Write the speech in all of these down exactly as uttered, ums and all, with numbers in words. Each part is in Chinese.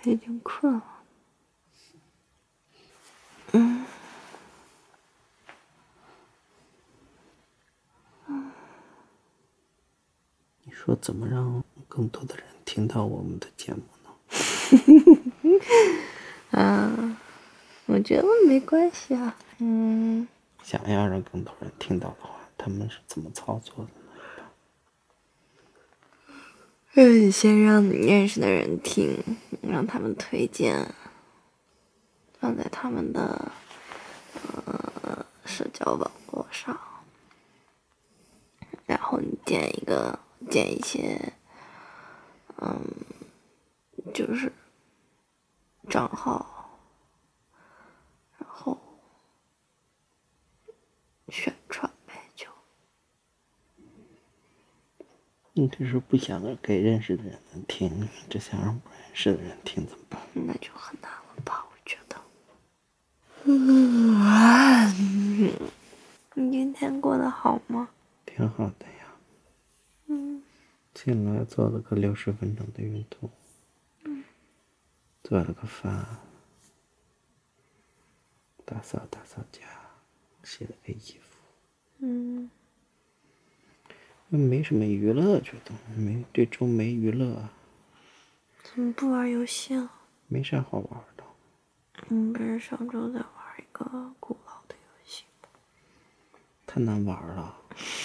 已经困了。嗯嗯，你说怎么让更多的人听到我们的节目呢？ 啊，我觉得没关系啊。嗯， 想要让更多人听到的话，他们是怎么操作的呢？ 嗯，先让你认识的人听，让他们推荐，放在他们的呃社交网络上，然后你建一个建一些，嗯，就是账号，然后宣传呗，就。 你这是不想给认识的人听，只想让不认识的人听怎么办？ 那就很难了吧，我觉得。嗯，你今天过得好吗？ 挺好的呀。 嗯。 进来做了个六十分钟的运动。 嗯。 做了个饭，打扫打扫家，洗了个衣服。 嗯。 没什么娱乐，觉得没这周没娱乐。 怎么不玩游戏啊？ 没啥好玩的。 嗯，不是上周在玩一个古老的游戏吗？ 太难玩了。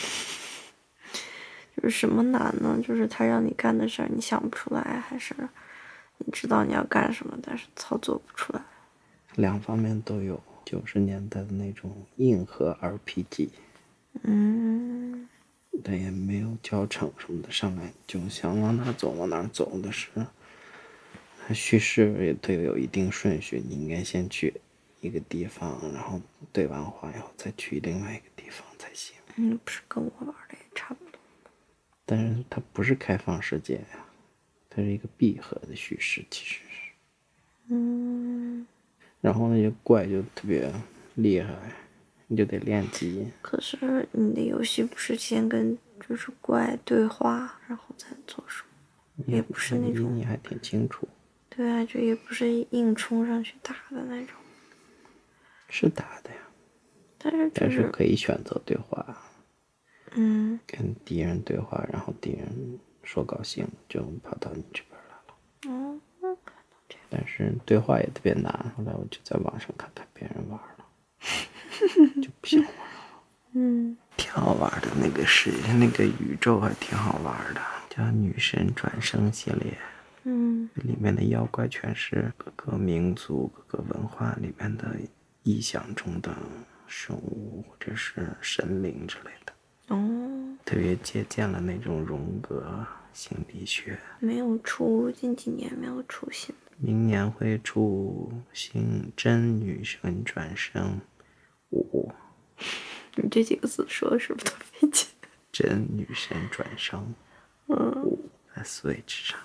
就是什么难呢？就是他让你干的事儿你想不出来，还是你知道你要干什么，但是操作不出来？ 两方面都有。九十年代的那种硬核 R P G。 嗯。 但也没有教程什么的，上来就想往哪走往哪走的是。叙事也都有一定顺序，你应该先去一个地方，然后对完话以后再去另外一个地方才行。 嗯，不是跟我玩的也差不多。 但是它不是开放世界呀，它是一个闭合的叙事，其实是。 嗯。 然后那些怪就特别厉害，你就得练级。 可是你的游戏不是先跟就是怪对话，然后再做什么？也不是那种。 你还挺清楚。 对啊，就也不是硬冲上去打的那种。 是打的呀， 但是、就是、 但是可以选择对话。 嗯， 跟敌人对话，然后敌人说高兴就跑到你这边来了。 嗯， 但是对话也特别难，后来我就在网上看看别人玩了，就不想玩了。 嗯， 挺好玩的，那个是那个宇宙还挺好玩的，叫《女神转生》系列。 嗯， 里面的妖怪全是各个民族、各个文化里面的意象中的生物或者是神灵之类的。 哦， 特别借鉴了那种荣格心理学。 没有出，近几年没有出新的。 明年会出新真女神转生五。 你这几个字说的是不是特别简单？ 真女神转生五，在 Switch 上。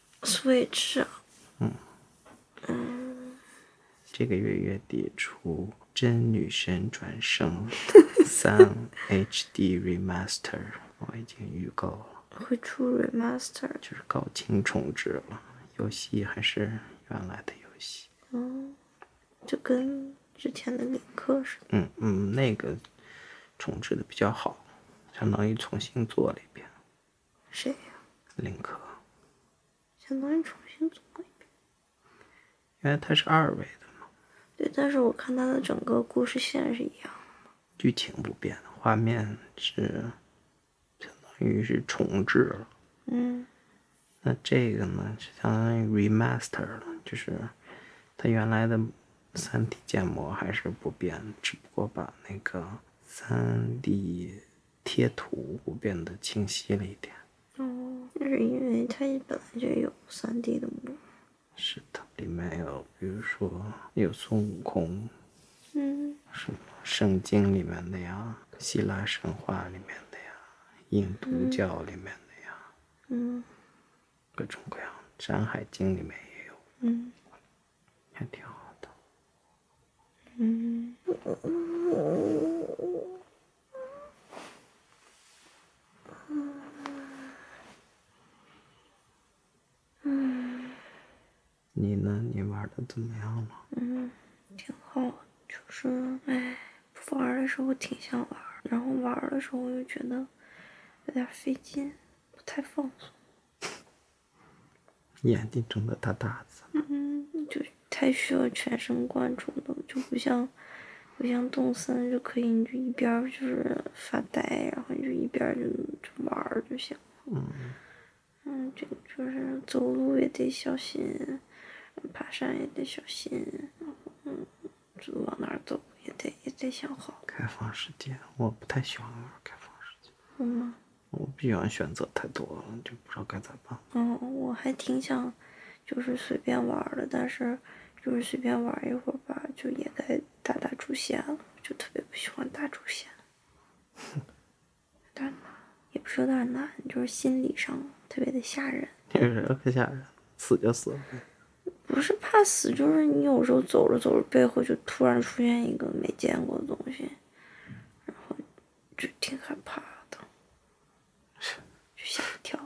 Switch 上。 嗯。 嗯。 这个月月底出真女神转生三 H D Remaster， 我已经预购了。 会出 Remaster， 就是高清重置了，游戏还是原来的游戏。 嗯，就跟之前的领克似的。 嗯嗯，那个重置的比较好，相当于重新做了一遍。 谁呀？ 领克。 相当于重新做了一遍。 因为它是二维的嘛。 对，但是我看它的整个故事线是一样的。 剧情不变，画面是相当于是重置了。 嗯。 那这个呢，相当于 remaster 了，就是它原来的 三 D 建模还是不变，只不过把那个 三 D 贴图变得清晰了一点。 哦，那是因为它本来就有 三 D 的模。 是的，里面有比如说有孙悟空， 嗯， 什么圣经里面的呀，希腊神话里面的呀，印度教里面的呀， 嗯， 各种各样，山海经里面也有。 嗯， 还挺好的。 嗯， 你呢？ 怎么样了？ 嗯，挺好，就是哎，不玩的时候挺想玩，然后玩的时候又觉得有点费劲，不太放松。 眼睛睁得大大的。 嗯，就太需要全神贯注了，就不像不像动森就可以，你就一边就是发呆，然后你就一边就就玩就行。 嗯嗯，这个就是走路也得小心，爬山也得小心，嗯，就往哪儿走也得也得想好。 开放世界，我不太喜欢玩开放世界。 嗯吗？ 我不喜欢选择太多了，就不知道该咋办。 嗯，我还挺想，就是随便玩的，但是就是随便玩一会儿吧，就也该打打主线了，就特别不喜欢打主线，有点难，也不是有点难，就是心理上特别的吓人。 那个人可吓人，死就死了呗。 不是怕死，就是你有时候走着走着，背后就突然出现一个没见过的东西，然后就挺害怕的，就吓一跳。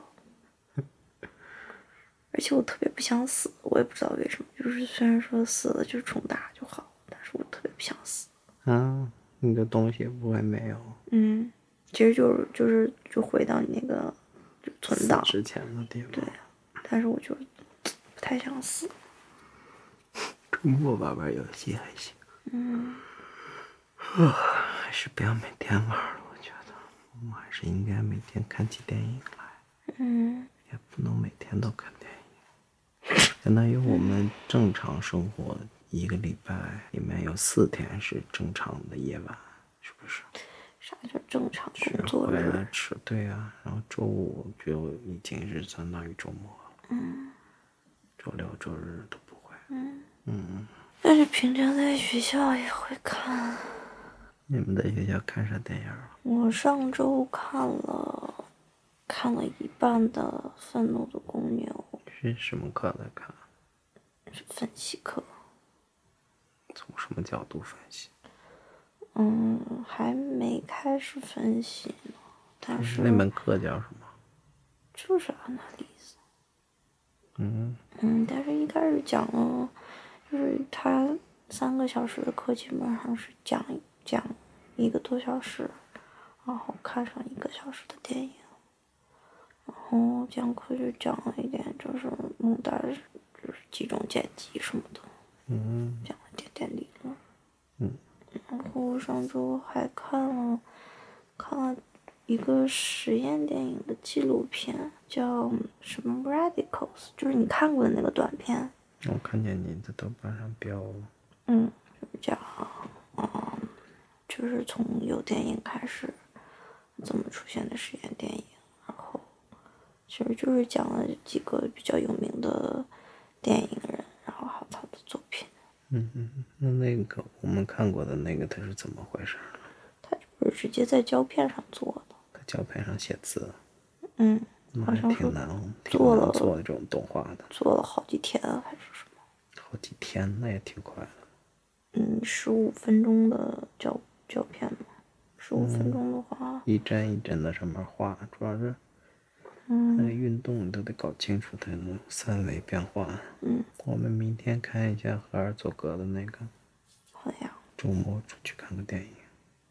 而且我特别不想死，我也不知道为什么，就是虽然说死了就重打就好，但是我特别不想死。 啊，你的东西不会没有。 嗯，其实就是就是就回到你那个就存档之前的地方。 对，但是我就不太想死。 周末玩玩游戏还行。 嗯， 还是不要每天玩了，我觉得我们还是应该每天看起电影来。 嗯， 也不能每天都看电影，相当于我们正常生活一个礼拜里面有四天是正常的夜晚，是不是？ 啥叫正常是工作回来日？ 吃，对啊，然后周五就已经是相当于周末了。 嗯， 周六周日都不会。 嗯嗯， 但是平常在学校也会看。 你们在学校看啥电影了？ 我上周看了看了一半的《愤怒的公牛》， 是什么课在看？ 是分析课。 从什么角度分析？ 嗯，还没开始分析呢，但是那门课叫什么？ 就是 analysis。 嗯嗯，但是一开始讲了，就是他三个小时的课基本上是讲讲一个多小时，然后看上一个小时的电影，然后讲课就讲了一点，就是蒙达就是几种剪辑什么的， 嗯讲了点点理论。 嗯， 然后上周还看了看了一个实验电影的纪录片，叫什么 Radicals， 就是你看过的那个短片。 我看见你在豆瓣上标了。 嗯，就是讲，嗯，就是从有电影开始怎么出现的实验电影，然后其实就是讲了几个比较有名的电影人，然后还有他的作品。 嗯嗯，那那个我们看过的那个他是怎么回事？ 他就是直接在胶片上做的。 在胶片上写字。 嗯， 那还好像是挺难，挺做了难做这种动画的。 做了好几天还是什么？ 好几天，那也挺快的。 嗯，十五分钟的胶胶片嘛，十五分钟的话， 一帧一帧的上面画，主要是嗯， 那个运动你都得搞清楚它的三维变化。 嗯， 我们明天看一下赫尔佐格的那个， 好呀。 周末出去看个电影。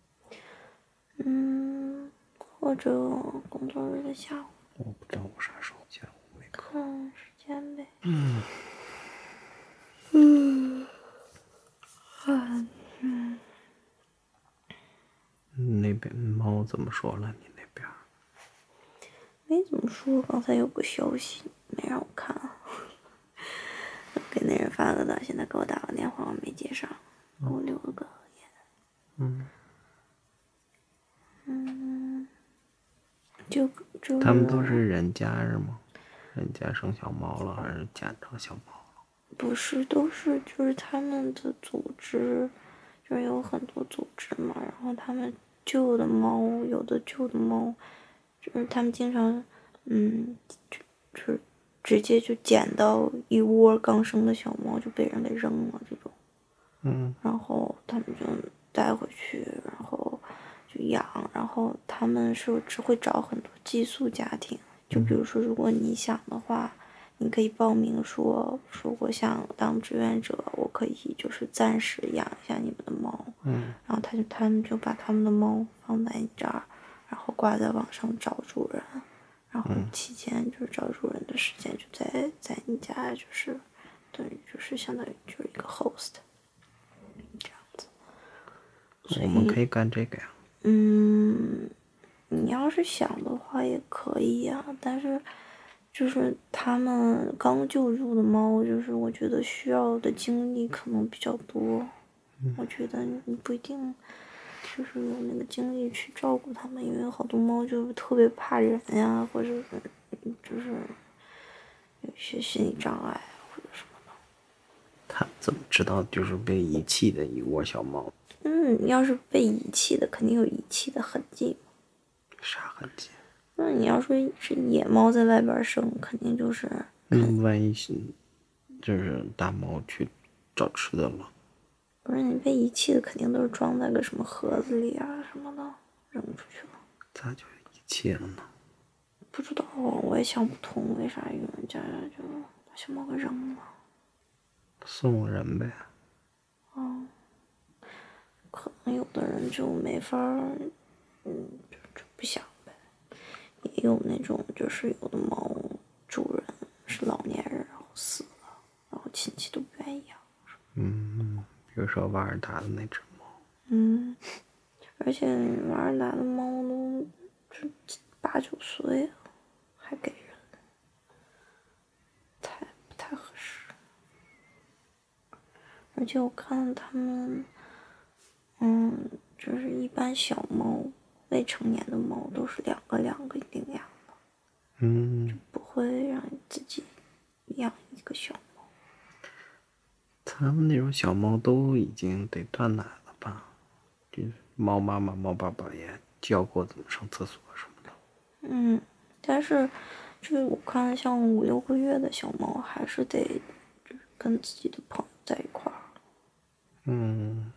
嗯，或者工作日的下午。 我不知道我啥时候下午没课。 看时间呗。 嗯嗯，嗯嗯， 那边猫怎么说了？你那边？ 没怎么说，刚才有个消息没让我看，给那人发了的，现在给我打个电话，我没接上，给我留了个言。 嗯， 嗯，就就他们都是人家是吗？人家生小猫了，还是捡着小猫了？ 不是，都是就是他们的组织，就是有很多组织嘛，然后他们救的猫，有的救的猫，就是他们经常，嗯，就就是直接就捡到一窝刚生的小猫就被人给扔了这种， 嗯， 然后他们就带回去，然后就养，然后他们是只会找很多寄宿家庭，就比如说如果你想的话。你可以报名说说我想当志愿者， 可以就是暂时养一下你们的猫。 嗯， 然后他就他们就把他们的猫放在你这儿，然后挂在网上找主人，然后期间就是找主人的时间就在在你家，就是等于就是相当于就是一个 host 这样子。 我们可以干这个呀。 嗯，你要是想的话也可以呀，但是就是他们刚救助的猫，就是我觉得需要的精力可能比较多。我觉得你不一定就是有那个精力去照顾它们，因为好多猫就是特别怕人呀，或者是就是有一些心理障碍或者什么的。 他怎么知道就是被遗弃的一窝小猫？ 嗯，要是被遗弃的，肯定有遗弃的痕迹。 啥痕迹？ 那你要说是野猫在外边生，肯定就是嗯，万一是就是大猫去找吃的了。 不是你被遗弃的，肯定都是装在个什么盒子里啊什么的，扔出去了。 咋就遗弃了呢？ 不知道，我也想不通为啥有人家就把小猫给扔了。 送人呗。 嗯，可能有的人就没法儿，嗯，就就不想呗。也有那种就是有的猫主人是老年人，然后死了，然后亲戚都不愿意养。 嗯，比如说瓦尔达的那只猫。 嗯，而且瓦尔达的猫都就八九岁了，还给人，太不太合适。而且我看他们，嗯，就是一般小猫、未成年的猫都是两个两个领养的， 嗯， 不会让你自己养一个小猫。 他们那种小猫都已经得断奶了吧？就是猫妈妈、猫爸爸也教过怎么上厕所什么的。 嗯，但是就是我看像五六个月的小猫，还是得就是跟自己的朋友在一块儿。 嗯，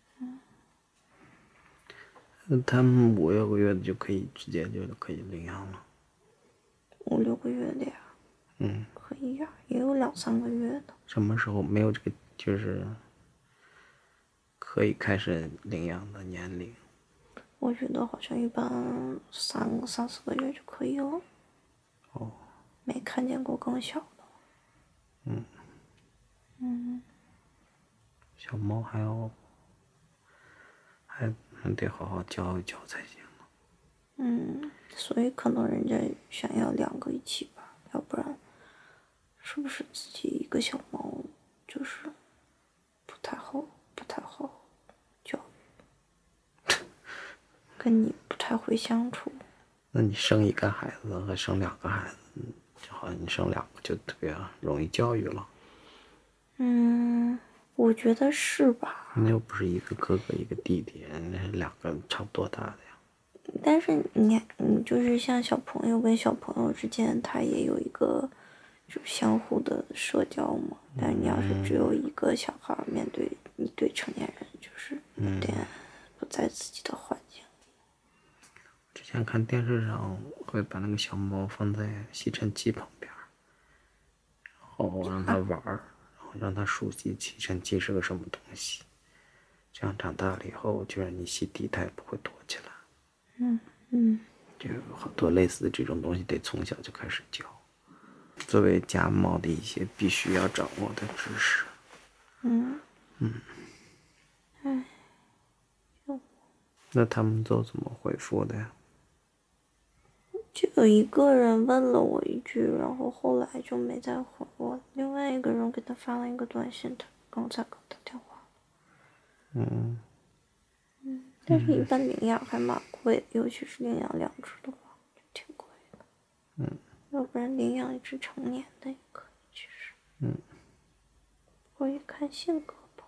那他们五六个月的就可以直接就可以领养了。 五六个月的呀， 嗯， 可以呀，也有两三个月的。 什么时候没有这个就是可以开始领养的年龄？ 我觉得好像一般三三四个月就可以了。 哦， 没看见过更小的。 嗯， 嗯， 小猫还要还还得好好教一教才行。 嗯，所以可能人家想要两个一起吧，要不然是不是自己一个小猫就是不太好，不太好教育，跟你不太会相处。 那你生一个孩子和生两个孩子，就好像你生两个就特别容易教育了。 嗯，我觉得是吧？ 那又不是一个哥哥一个弟弟，那是两个差不多大的呀。 但是你你就是像小朋友跟小朋友之间，他也有一个就相互的社交嘛。但是你要是只有一个小孩面对一堆成年人，就是有点不在自己的环境。 之前看电视上会把那个小猫放在吸尘器旁边，然后让它玩儿，然后让它熟悉吸尘器是个什么东西。这样长大了以后，就让你吸地，它也不会躲起来。 嗯嗯， 就有好多类似的这种东西，得从小就开始教，作为家猫的一些必须要掌握的知识。 嗯嗯， 哎， 那他们都怎么回复的呀？ 就有一个人问了我一句，然后后来就没再回我。另外一个人给他发了一个短信，他刚才给我打电话。 嗯。 嗯，但是一般领养还蛮贵的，尤其是领养两只的话，就挺贵的。 嗯， 要不然领养一只成年的也可以，其实。 嗯， 不过也看性格吧。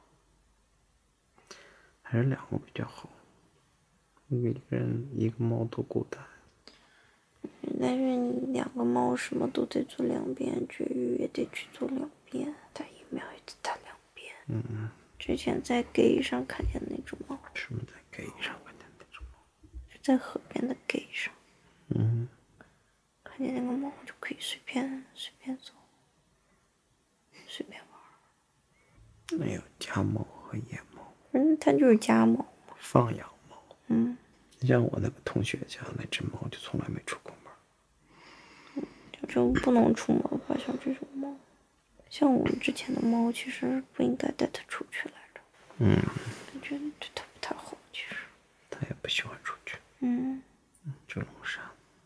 还是两个比较好，一个人一个猫多孤单。 但是你两个猫什么都得做两遍，绝育也得去做两遍，打疫苗也得打两遍。 嗯嗯。 之前在 gay 上看见那种猫， 什么在 gay 上看见那种猫？ 就在河边的 gay 上， 嗯， 看见那个猫就可以随便随便走，随便玩。 没有家猫和野猫。 嗯，它就是家猫。 放养猫。 嗯。 像我那个同学家那只猫就从来没出过门。 就不能出门吧，像这种猫。像我们之前的猫，其实不应该带它出去来着。 嗯。 感觉对它不太好，其实。 它也不喜欢出去。 嗯。 就龙山。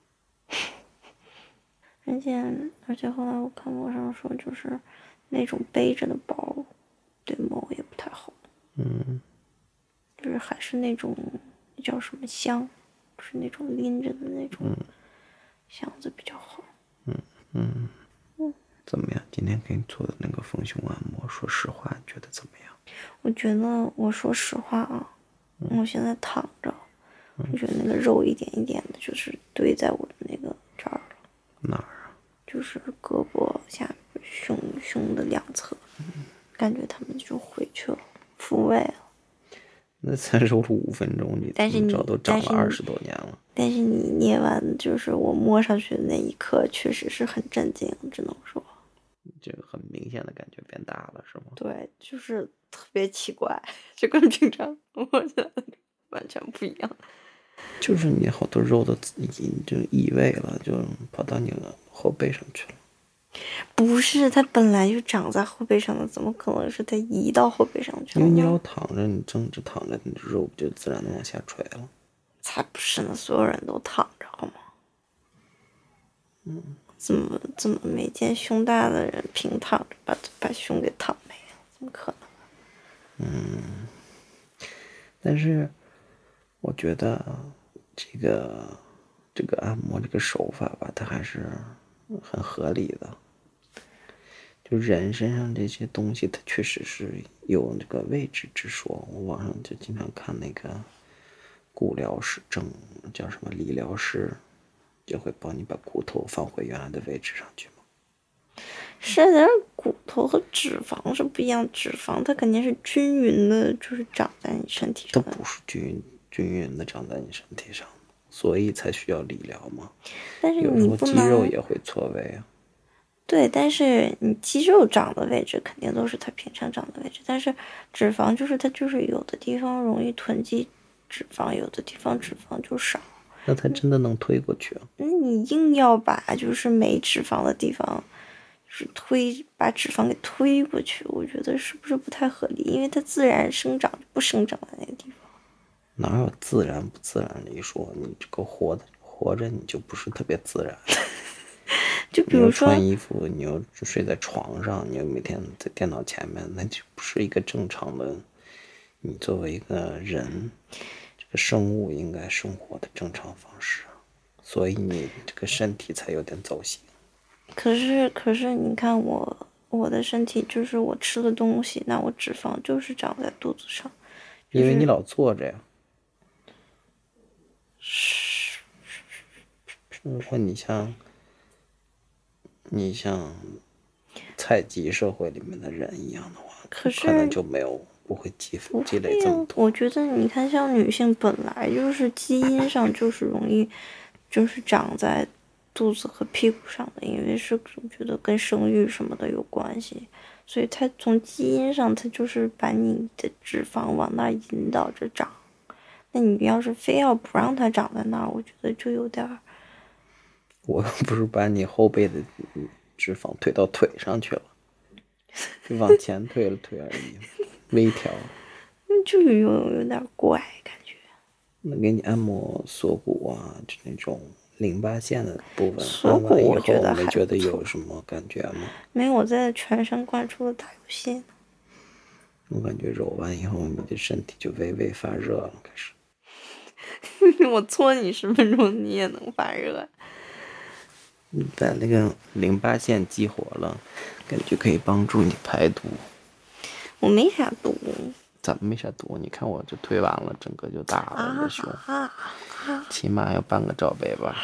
而且而且后来我看网上说，就是那种背着的包，对猫也不太好。 嗯。 就是还是那种叫什么箱，就是那种拎着的那种箱子比较好。 嗯嗯嗯。怎么样？今天给你做的那个丰胸按摩，说实话，你觉得怎么样？ 我觉得，我说实话啊，嗯、我现在躺着，嗯、我觉得那个肉一点一点的，就是堆在我的那个这儿了。 哪儿啊？ 就是胳膊下胸胸的两侧，嗯、感觉他们就回去了，复位了。 那才揉了五分钟，你但是你都长了二十多年了。 但是你捏完，就是我摸上去的那一刻，确实是很震惊，只能说。 这个很明显的感觉变大了，是吗？ 对，就是特别奇怪，就跟平常我觉得完全不一样。 就是你好多肉都已经就移位了，就跑到你的后背上去了。 不是，它本来就长在后背上的，怎么可能是它移到后背上去了？ 因为你老躺着，你正直躺着，你的肉就自然的往下垂了。 才不是呢，所有人都躺着好吗？嗯，怎么怎么没见胸大的人平躺着把把胸给躺没了？怎么可能？嗯，但是我觉得这个这个按摩这个手法吧，它还是很合理的。就人身上这些东西，它确实是有这个位置之说。我网上就经常看那个骨疗师，正叫什么理疗师，就会帮你把骨头放回原来的位置上去嘛。 是，但是骨头和脂肪是不一样，脂肪它肯定是均匀的，就是长在你身体上。 它不是均匀均匀的长在你身体上，所以才需要理疗嘛。 但是你不能， 有时候肌肉也会错位啊。 对，但是你肌肉长的位置肯定都是它平常长的位置，但是脂肪就是它就是有的地方容易囤积脂肪，有的地方脂肪就少。 那它真的能推过去啊？ 那你硬要把就是没脂肪的地方，就是推把脂肪给推过去，我觉得是不是不太合理？因为它自然生长不生长在那个地方。 哪有自然不自然的一说？你这个活的活着，你就不是特别自然。 就比如说你又穿衣服，你又睡在床上，你又每天在电脑前面，那就不是一个正常的你作为一个人这个生物应该生活的正常方式，所以你这个身体才有点走形。 可是可是你看我我的身体，就是我吃的东西，那我脂肪就是长在肚子上，就是、 因为你老坐着呀。如果你像你像采集社会里面的人一样的话， 可是可能就没有不会积积累这么多。 我觉得你看，像女性本来就是基因上就是容易，就是长在肚子和屁股上的，因为是我觉得跟生育什么的有关系，所以它从基因上它就是把你的脂肪往那引导着长。那你要是非要不让它长在那儿，我觉得就有点儿。 我又不是把你后背的脂肪推到腿上去了，就往前推了推而已，微调。 就有有点怪感觉。 那给你按摩锁骨啊，就那种淋巴腺的部分， 锁骨我觉得还不错。 没觉得有什么感觉吗？ 没有，我在全身贯出了打游戏呢。 我感觉揉完以后，你的身体就微微发热了，开始。 我搓你十分钟，你也能发热。 你把那个淋巴腺激活了，感觉可以帮助你排毒。 我没啥毒。 怎么没啥毒？你看我这推完了，整个就大了，你的胸， 啊啊、 起码有半个罩杯吧。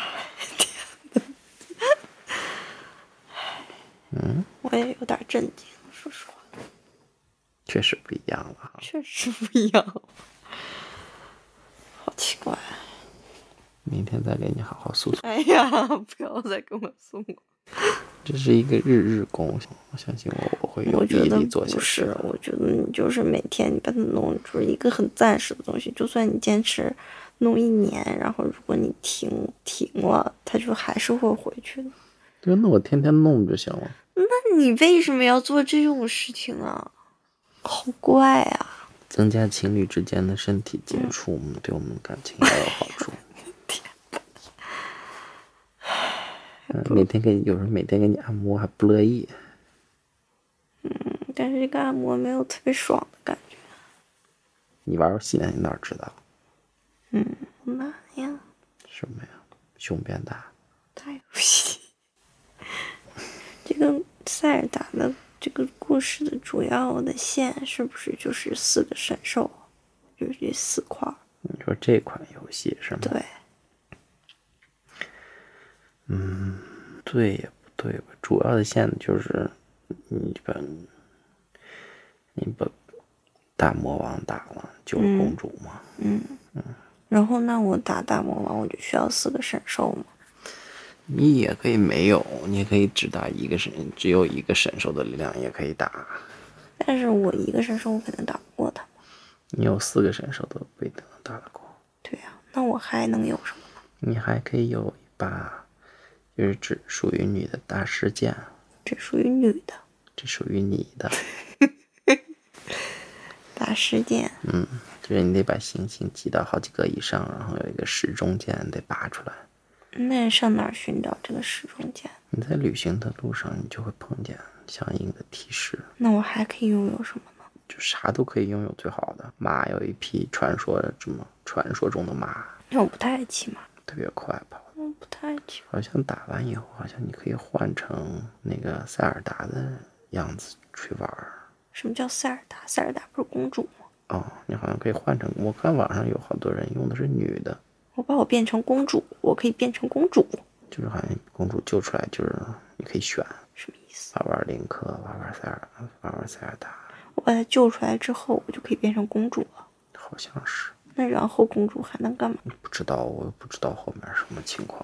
嗯， 我也有点震惊，说实话。 确实不一样了哈。 确实不一样。好奇怪。 明天再给你好好诉诉。 哎呀，不要再跟我诉了。 这是一个日日功，我相信我我会有毅力做下去。 不是，我觉得你就是每天你把它弄出一个很暂时的东西，就算你坚持弄一年，然后如果你停停了，它就还是会回去的。 对，那我天天弄就行了。 那你为什么要做这种事情啊？好怪啊！ 增加情侣之间的身体接触，嗯、对我们感情也有好处。嗯，每天给有时候每天给你按摩还不乐意。 嗯，但是这个按摩没有特别爽的感觉。 你玩游戏呢？你哪知道？ 嗯，那呀。 什么呀？胸变大。 打游戏。这个塞尔达的这个故事的主要的线是不是就是四个神兽？就是这四块。 你说这款游戏是吗？ 对。 嗯，对也不对吧？主要的线就是你把你把大魔王打了，救了公主嘛。 嗯 嗯, 嗯。然后那我打大魔王，我就需要四个神兽吗？ 你也可以没有，你也可以只打一个神，只有一个神兽的力量也可以打。 但是我一个神兽我肯定打不过他。 你有四个神兽都不一定能打得过。 对呀、啊，那我还能有什么呢？ 你还可以有一把，就是只属于你的大师剑。 这属于女的。 这属于你的。 大师剑。 嗯，就是你得把星星击到好几个以上，然后有一个时钟剑得拔出来。 那上哪儿寻找这个时钟剑？ 你在旅行的路上，你就会碰见相应的提示。 那我还可以拥有什么呢？ 就啥都可以拥有最好的。马有一匹传说什么传说中的马。 那我不太爱骑马。 特别快跑。 我不太爱骑。 好像打完以后，好像你可以换成那个塞尔达的样子去玩。 什么叫塞尔达？塞尔达不是公主吗？ 哦，你好像可以换成，我看网上有好多人用的是女的。 我把我变成公主，我可以变成公主。 就是好像公主救出来，就是你可以选。 什么意思？ 玩玩林克，玩玩塞尔，玩玩塞尔达。 我把她救出来之后，我就可以变成公主了。 好像是。 那然后公主还能干嘛？ 不知道，我不知道后面什么情况。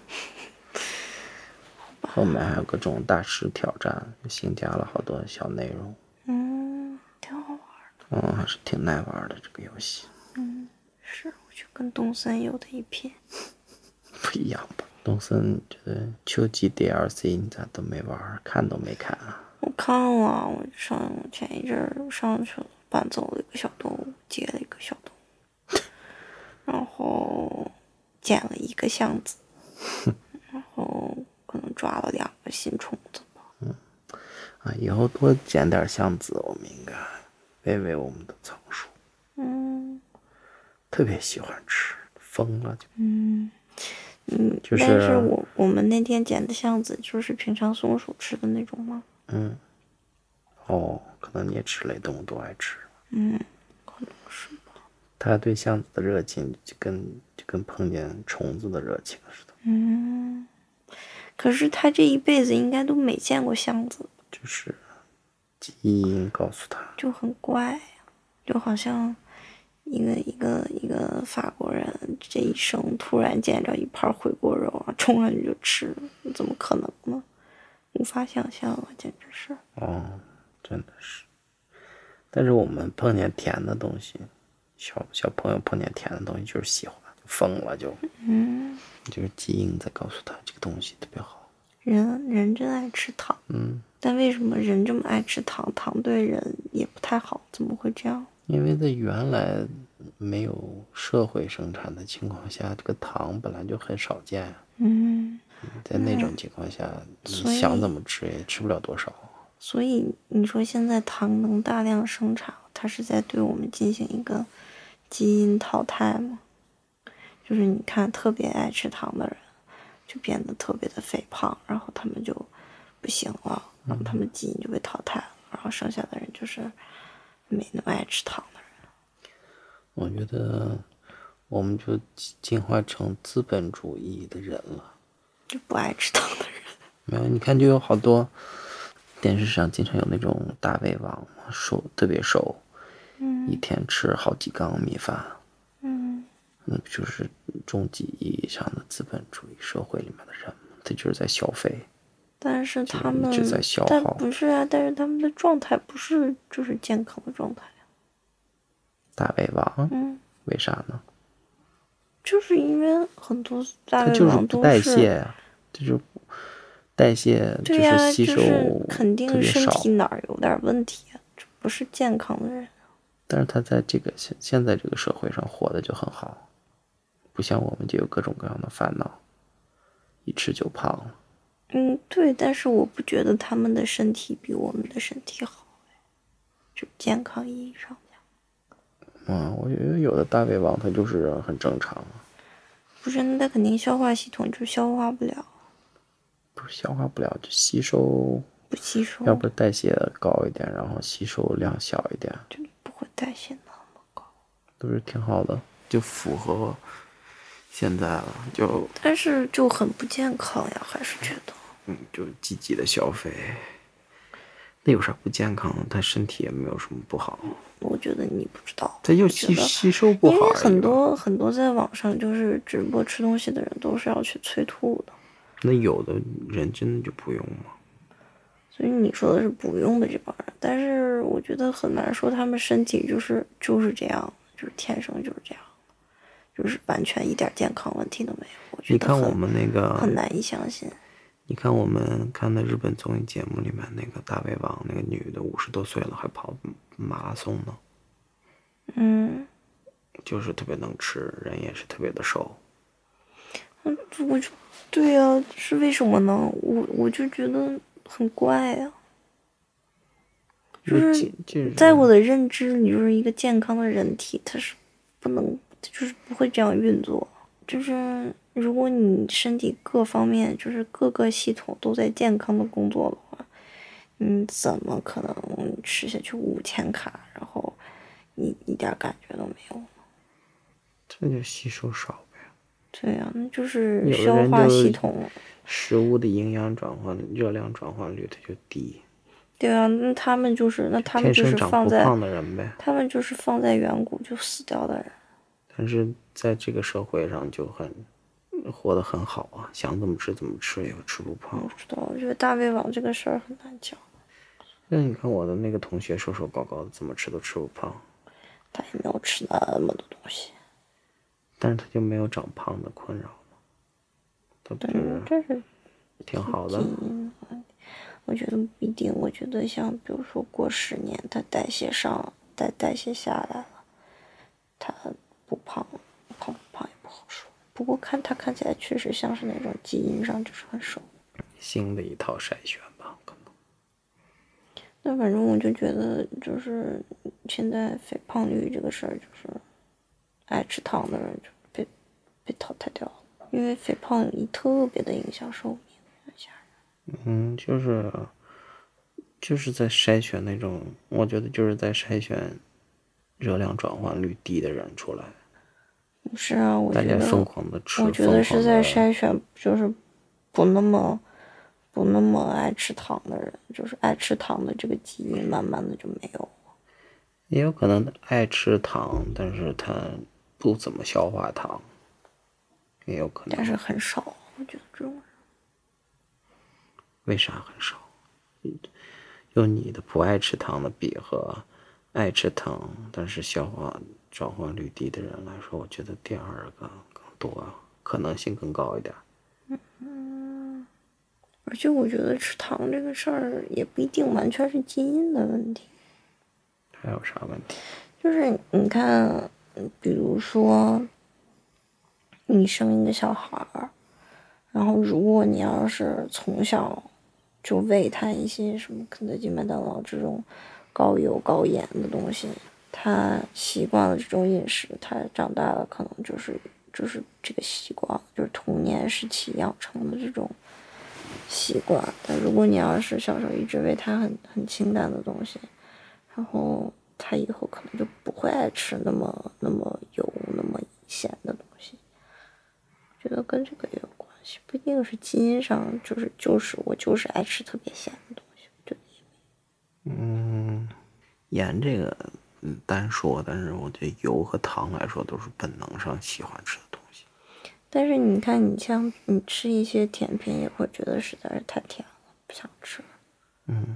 后面还有各种大师挑战，新加了好多小内容。 嗯，挺好玩的。 嗯，还是挺耐玩的这个游戏。 嗯，是，我觉得跟东森有的一拼。 不一样吧？东森觉得秋季 D L C 你咋都没玩，看都没看啊？ 我看了，我上前一阵儿上去了，搬走了一个小动物，接了一个小动物，然后捡了一个箱子，然后可能抓了两个新虫子吧。 嗯，啊，以后多捡点箱子，我们应该喂喂我们的仓鼠。 嗯， 特别喜欢吃，疯了就。 嗯嗯， 就是， 但是我我们那天捡的箱子就是平常松鼠吃的那种吗？ 嗯，哦，可能啮齿类动物都爱吃。 嗯，可能是吧。 它对箱子的热情就跟就跟碰见虫子的热情似的。 嗯，可是它这一辈子应该都没见过箱子。 就是基因告诉他， 就很怪，就好像一个一个一个法国人这一生突然见着一盘回锅肉啊，冲上去就吃，怎么可能呢？无法想象啊，简直是。 哦，真的是。但是我们碰见甜的东西，小小朋友碰见甜的东西就是喜欢，就疯了就。 嗯， 就是基因在告诉他这个东西特别好。 人人真爱吃糖。 嗯。 但为什么人这么爱吃糖？糖对人也不太好，怎么会这样？ 因为在原来没有社会生产的情况下，这个糖本来就很少见。 嗯， 在那种情况下，你想怎么吃也吃不了多少。 所以你说现在糖能大量生产，它是在对我们进行一个基因淘汰吗？就是你看特别爱吃糖的人就变得特别的肥胖，然后他们就不行了，然后他们基因就被淘汰了，然后剩下的人就是没那么爱吃糖的人。 我觉得我们就进化成资本主义的人了， 就不爱吃糖的人。 没有，你看就有好多电视上经常有那种大胃王，瘦特别瘦， 嗯， 一天吃好几缸米饭。 嗯， 那不就是终极意义上的资本主义社会里面的人吗？他就是在消费。 但是他们一直在消但耗。 不是啊，但是他们的状态不是就是健康的状态。 大胃王， 嗯， 为啥呢？ 就是因为很多大它胃就是不代王都是谢呀，就是代谢就对呀、 是吸收就是肯特定身别少。 体哪儿有点问题啊，这不是健康的人。 但是他在这个现现在这个社会上活的就很好，不像我们就有各种各样的烦恼，一吃就胖了。 嗯，对，但是我不觉得他们的身体比我们的身体好，就健康意义上讲。 嗯，我觉得有的大胃王他就是很正常， 不是，那他肯定消化系统就消化不了， 不是消化不了就吸收， 不吸收， 要不是代谢高一点，然后吸收量小一点， 就不会代谢那么高。 都是挺好的，就符合现在了，就但是就很不健康呀，还是觉得。 嗯，就积极的消费，那有啥不健康的？他身体也没有什么不好， 我觉得你不知道， 他就吸吸收不好而已吧。 因为很多很多在网上就是直播吃东西的人都是要去催吐的， 那有的人真的就不用吗？ 所以你说的是不用的这帮人，但是我觉得很难说他们身体就是就是这样，就是天生就是这样，就是完全一点健康问题都没有。我觉得你看我们那个很难以相信。 你看我们看的日本综艺节目里面那个大胃王，那个女的五十多岁了还跑马拉松呢， 嗯， 就是特别能吃，人也是特别的瘦。 嗯，我就对呀、是为什么呢？我我就觉得很怪呀、就是就是在我的认知里，就是一个健康的人体，它是不能，就是不会这样运作。就是如果你身体各方面，就是各个系统都在健康的工作的话，你怎么可能吃下去五千卡，然后你一点感觉都没有？ 这就吸收少呗。 对呀、那就是有的消化人就系统。 食物的营养转换、热量转换率它就低。 对啊，那他们就是那他们就是天生长放在不胖的人呗。 他们就是放在远古就死掉的人。 但是在这个社会上就很活得很好啊，想怎么吃怎么吃，也吃不胖。 不知道，我觉得大胃王这个事儿很难讲。 那你看我的那个同学瘦瘦高高的，怎么吃都吃不胖， 他也没有吃那么多东西。 但是他就没有长胖的困扰嘛，他不嗯， 就这是挺好的？ 我觉得不一定。我觉得像比如说过十年，他代谢上代代谢下来了，他不胖胖不胖也不好说。不过看他看起来确实像是那种基因上就是很瘦。 新的一套筛选吧，可能。 那反正我就觉得，就是现在肥胖率这个事儿，就是爱吃糖的人就被被淘汰掉了，因为肥胖一特别的影响寿命，很吓人。 嗯，就是就是在筛选那种，我觉得就是在筛选热量转换率低的人出来。 不是啊，我觉得大家疯狂的吃， 我觉得是在疯狂地筛选，就是不那么不那么爱吃糖的人，就是爱吃糖的这个基因慢慢的就没有了。 也有可能爱吃糖，但是他不怎么消化糖，也有可能。 但是很少，我觉得这种人。 为啥很少？用你的不爱吃糖的比和爱吃糖但是消化转换率低的人来说，我觉得第二个更多，可能性更高一点。 嗯，而且我觉得吃糖这个事儿也不一定完全是基因的问题。 还有啥问题？ 就是你看，比如说你生一个小孩儿，然后如果你要是从小就喂他一些什么肯德基、麦当劳这种高油高盐的东西，他习惯了这种饮食，他长大了可能就是就是这个习惯，就是童年时期养成的这种习惯。但如果你要是小时候一直喂他很很清淡的东西，然后他以后可能就不会爱吃那么那么油、那么咸的东西。我觉得跟这个也有关系，不一定是基因上，就是就是我就是爱吃特别咸的东西。对， 嗯，盐这个嗯单说，但是我觉得油和糖来说都是本能上喜欢吃的东西。 但是你看，你像你吃一些甜品，也会觉得实在是太甜了。 不想吃。 嗯，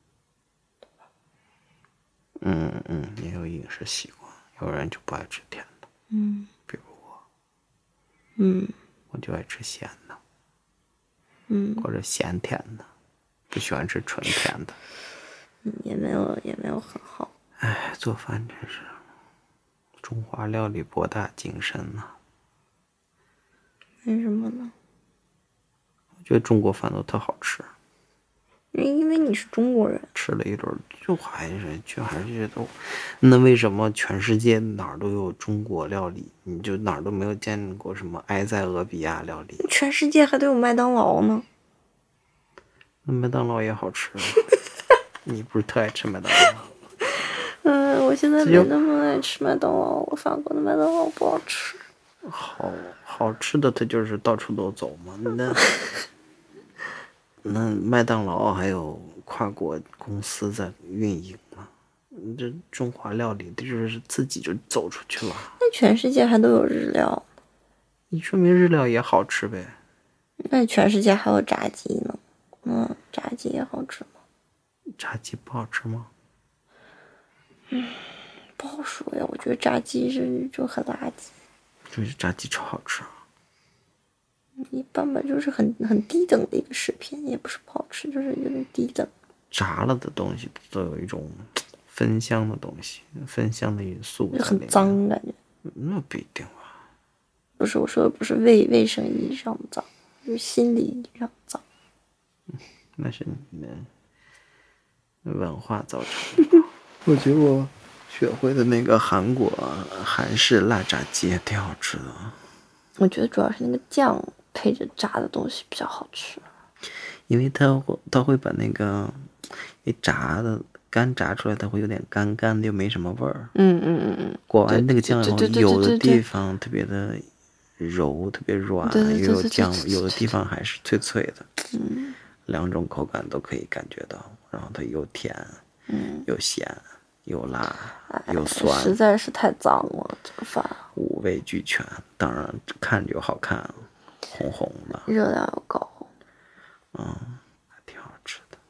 嗯嗯，也有饮食习惯，有人就不爱吃甜的。 嗯， 比如我， 嗯， 我就爱吃咸的， 嗯， 或者咸甜的，不喜欢吃纯甜的。 嗯，也没有也没有很好。 哎，做饭真是中华料理博大精深呐、啊。 为什么呢？ 我觉得中国饭都特好吃。 因为你是中国人， 吃了一轮就还是就还是觉得，那为什么全世界哪儿都有中国料理，你就哪儿都没有见过什么埃塞俄比亚料理？ 全世界还都有麦当劳呢。 那麦当劳也好吃，你不是特爱吃麦当劳吗？ 嗯，我现在没那么爱吃麦当劳，我法国的麦当劳不好吃。 好好吃的，它就是到处都走嘛。那那麦当劳还有跨国公司在运营嘛？这中华料理，这就是自己就走出去了。 那全世界还都有日料， 你说明日料也好吃呗？ 那全世界还有炸鸡呢？嗯，炸鸡也好吃吗？ 炸鸡不好吃吗？ 嗯，不好说呀。我觉得炸鸡是就很垃圾。 就是炸鸡超好吃。 一般吧，就是很很低等的一个食品，也不是不好吃，就是有点低等。 炸了的东西都有一种芬香的东西，芬香的因素， 就很脏感觉。 那不一定吧？ 不是，我说的不是卫卫生意义上的脏，就是心理意义上的脏。 那是你们文化造成的。我觉得我学会的那个韩国韩式辣炸鸡也挺好吃的。 我觉得主要是那个酱配着炸的东西比较好吃， 因为它会它会把那个一炸的干炸出来，它会有点干干的，又没什么味儿。 嗯嗯嗯嗯。 裹完那个酱以后，有的地方特别的柔，特别软，又有酱；有的地方还是脆脆的。 嗯， 两种口感都可以感觉到。然后它又甜， 嗯， 又咸，又辣，又酸， 实在是太脏了，这个饭五味俱全。当然看着又好看，红红的， 热量又高， 嗯，还挺好吃的。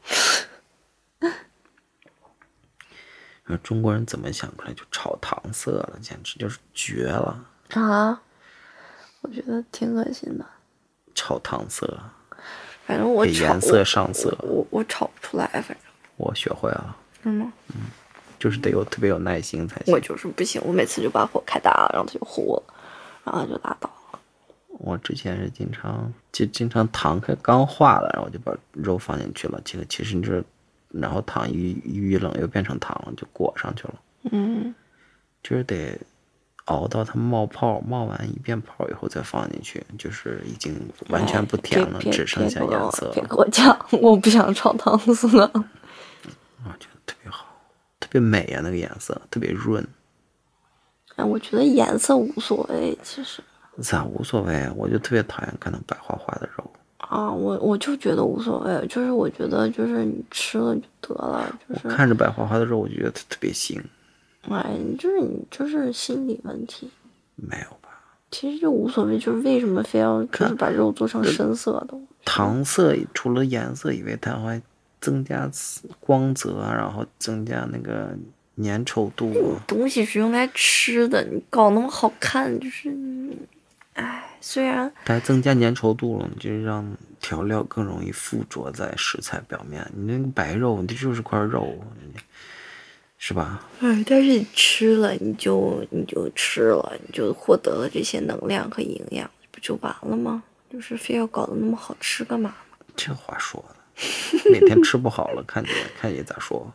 中国人怎么想出来就炒糖色了，简直就是绝了啊！我觉得挺恶心的。 炒糖色， 反正我给颜色上色， 我我, 我炒不出来，反正我学会了。 是吗？ 嗯，就是得有特别有耐心才行。 我就是不行，我每次就把火开大了，然后它就糊了，然后就拉倒了。 我之前是经常就经常糖开刚化了，然后我就把肉放进去了，这个其实你这。然后糖一一遇冷又变成糖了，就裹上去了。 嗯， 就是得熬到它冒泡，冒完一变泡以后再放进去，就是已经完全不甜了，只剩下颜色了。 别给我讲，我不想炒糖色。 我觉得特别好，特别美啊，那个颜色特别润。 哎，我觉得颜色无所谓，其实。 咋无所谓？我就特别讨厌看到白花花的肉。 啊，我我就觉得无所谓，就是我觉得就是你吃了就得了，就是。 我看着白花花的肉，我就觉得它特别腥。 哎，就是你就是心理问题。 没有吧？ 其实就无所谓，就是为什么非要就是把肉做成深色的？ 糖色除了颜色以外，它还增加光泽，然后增加那个粘稠度。 东西是用来吃的，你搞那么好看，就是，哎。虽然它还增加粘稠度了，就让调料更容易附着在食材表面。你那个白肉，这就是块肉，是吧？ 哎，但是你吃了，你就你就吃了，你就获得了这些能量和营养，不就完了吗？就是非要搞得那么好吃干嘛？ 这话说的，哪天吃不好了，看你看你咋说。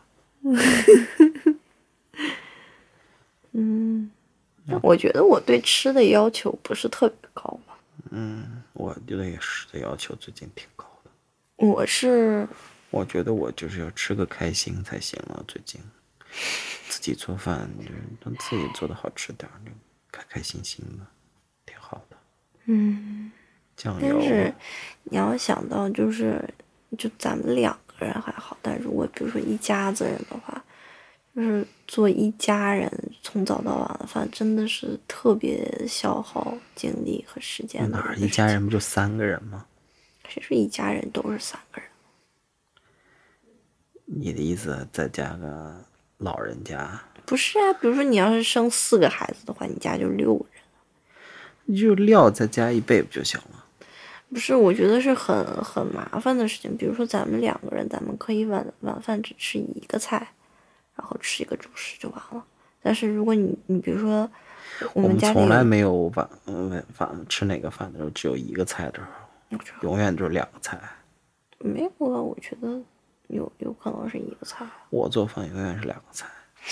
嗯。我觉得我对吃的要求不是特别高吧。 嗯，我觉得也是的要求最近挺高的。 我是， 我觉得我就是要吃个开心才行了。最近自己做饭，就让自己做的好吃点，就开开心心的，挺好的。 嗯， 酱油。 但是你要想到，就是就咱们两个人还好，但如果比如说一家子人的话。就是做一家人从早到晚的饭，真的是特别消耗精力和时间的。 哪儿一家人不就三个人吗？ 谁说一家人都是三个人？ 你的意思再加个老人家？ 不是啊，比如说你要是生四个孩子的话，你家就六个人。 你就料再加一倍不就行了？ 不是，我觉得是很很麻烦的事情。比如说咱们两个人，咱们可以晚晚饭只吃一个菜，然后吃一个主食就完了。但是如果你你比如说我我们们家里从来没有晚晚饭吃哪个饭的时候只有一个菜的时候， 有永远就是两个菜。 没有啊，我觉得有有可能是一个菜。 我做饭永远是两个菜。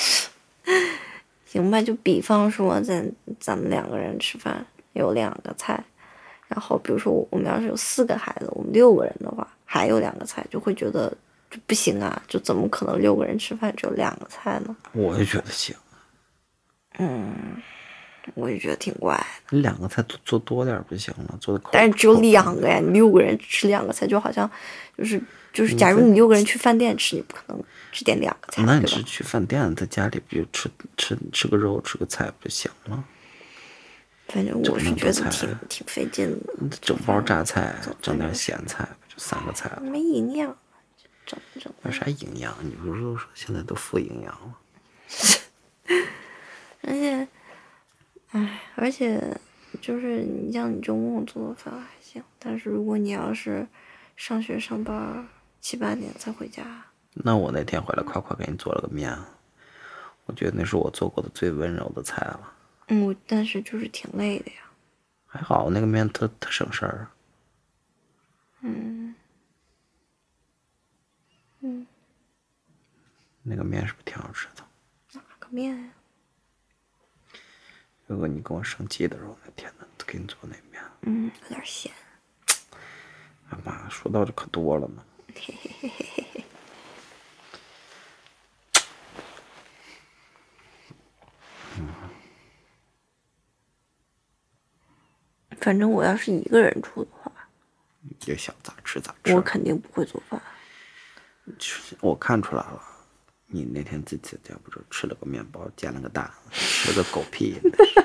行吧，就比方说咱咱们两个人吃饭有两个菜，然后比如说我们要是有四个孩子，我们六个人的话还有两个菜，就会觉得就不行啊，就怎么可能六个人吃饭只有两个菜呢？ 我就觉得行。 嗯，我也觉得挺怪的。 你两个菜做做多点不就行了？做的口， 但是只有两个呀，你六个人吃两个菜，就好像就是就是，假如你六个人去饭店吃，你不可能只点两个菜， 那你对吧？ 是去饭店，在家里不就吃吃吃个肉，吃个菜不就行了？ 反正我是觉得挺挺费劲的。 整包榨菜，整点咸菜，不就三个菜了？ 没营养，整整。 有啥营养？你不是说现在都负营养了？ 而且，唉，而且就是你像你周末做的饭还行，但是如果你要是上学上班七八点才回家， 那我那天回来快快给你做了个面，我觉得那是我做过的最温柔的菜了。 嗯，但是就是挺累的呀。 还好那个面特特省事儿。 嗯嗯， 那个面是不是挺好吃的？ 哪个面呀？ 如果你跟我生气的时候，那天呢，给你做那面。 嗯，有点咸。 哎妈，说到这可多了呢。 嘿嘿嘿嘿嘿嘿。 嗯。 反正我要是一个人住的话， 你就想咋吃咋吃。 我肯定不会做饭。 我看出来了，你那天自己在家不是吃了个面包，煎了个蛋，吃了个狗屁。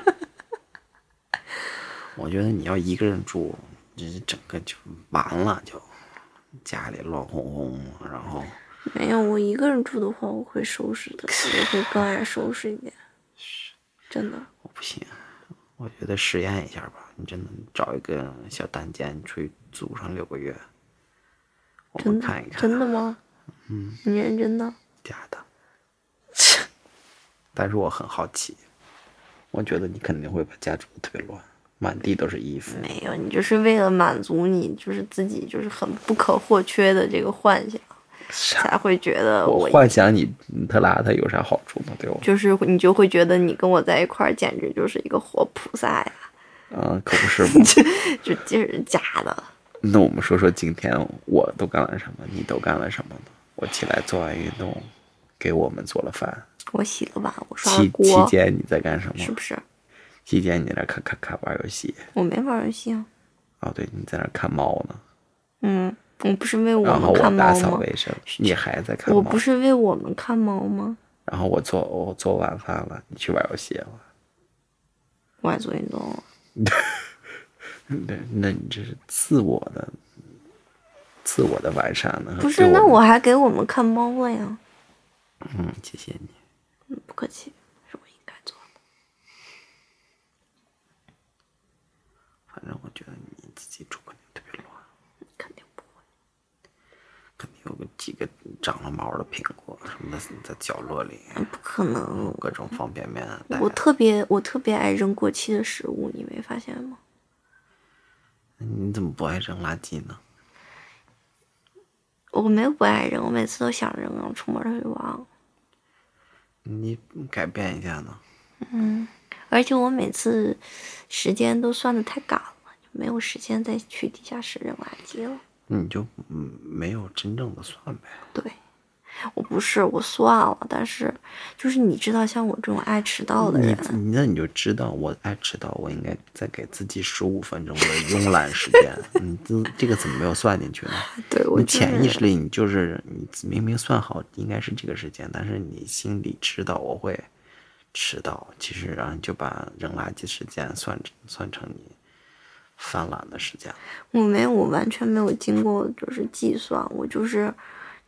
我觉得你要一个人住，这整个就完了，就家里乱哄哄，然后没有我一个人住的话，我会收拾的，我会更爱收拾一点。真的。 我不行，我觉得实验一下吧。你真的找一个小单间，你出去租上六个月，我们看一看。 真的吗？嗯，你认真的？ 假的。但是我很好奇，我觉得你肯定会把家住得特别乱，满地都是衣服。 没有，你就是为了满足你就是自己就是很不可或缺的这个幻想，才会觉得我幻想你特邋遢有啥好处呢？对吧？ 就是你就会觉得你跟我在一块儿简直就是一个活菩萨呀。 嗯，可不是吗？ 就就是假的。 那我们说说今天我都干了什么，你都干了什么呢？我起来做完运动，给我们做了饭。 我洗了碗，我刷了锅。 期间你在干什么？ 是不是？ 期间你在那看看看玩游戏。 我没玩游戏啊。 哦，对，你在那看猫呢。 嗯，我不是为我们看猫吗？ 然后我打扫卫生，你还在看猫。 我不是为我们看猫吗？ 然后我做我做晚饭了，你去玩游戏了。 我还做运动了。 对，那你这是自我的自我的完善呢？ 不是，那我还给我们看猫了呀。 嗯，谢谢你。 嗯，不客气，是我应该做的。 反正我觉得你自己住肯定特别乱。 肯定不会。 肯定有个几个长了毛的苹果什么的在角落里。 不可能。 各种方便面。 我特别我特别爱扔过期的食物，你没发现吗？ 你怎么不爱扔垃圾呢？ 我没有不爱扔，我每次都想扔，我出门就忘了。 你改变一下呢？ 嗯，而且我每次时间都算得太赶了，就没有时间再去地下室扔垃圾了。 你就嗯没有真正的算呗？ 对，我不是我算了，但是就是你知道，像我这种爱迟到的人， 你那你就知道我爱迟到，我应该再给自己十五分钟的慵懒时间。你这这个怎么没有算进去呢？ 对，我你潜意识里你就是你明明算好应该是这个时间，但是你心里知道我会迟到，其实然后你就把扔垃圾时间算算成你犯懒的时间。 我没有，我完全没有经过就是计算，我就是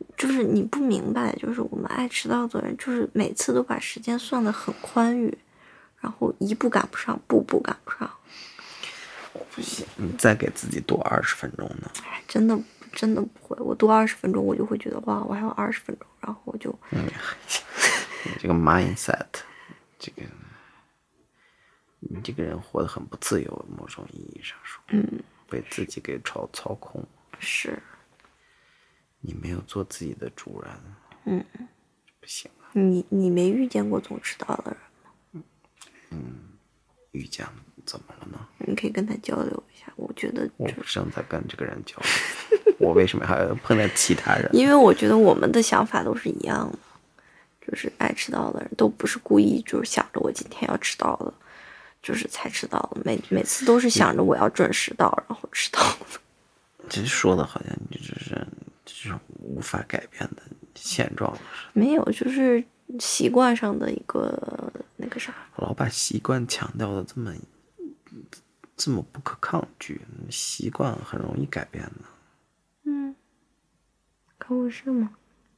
就是你不明白，就是我们爱迟到的人，就是每次都把时间算得很宽裕，然后一步赶不上，步步赶不上。 我不行，你再给自己多二十分钟呢？ 哎，真的真的不会，我多二十分钟，我就会觉得哇，我还有二十分钟，然后我就， 嗯，你这个 mindset， 这个你这个人活得很不自由，某种意义上说， 嗯， 被自己给操操控， 是， 你没有做自己的主人， 嗯， 不行啊。 你你没遇见过总迟到的人吗？ 嗯，遇见了，怎么了呢？ 你可以跟他交流一下，我觉得我不正在跟这个人交流，我为什么还要碰到其他人？ 因为我觉得我们的想法都是一样的，就是爱迟到的人都不是故意就是想着我今天要迟到了，就是才迟到了，每每次都是想着我要准时到，然后迟到了。 这说的好像你只是这种无法改变的现状。 没有，就是习惯上的一个那个啥。 老把习惯强调的这么这么不可抗拒，习惯很容易改变的。 嗯，可不是吗？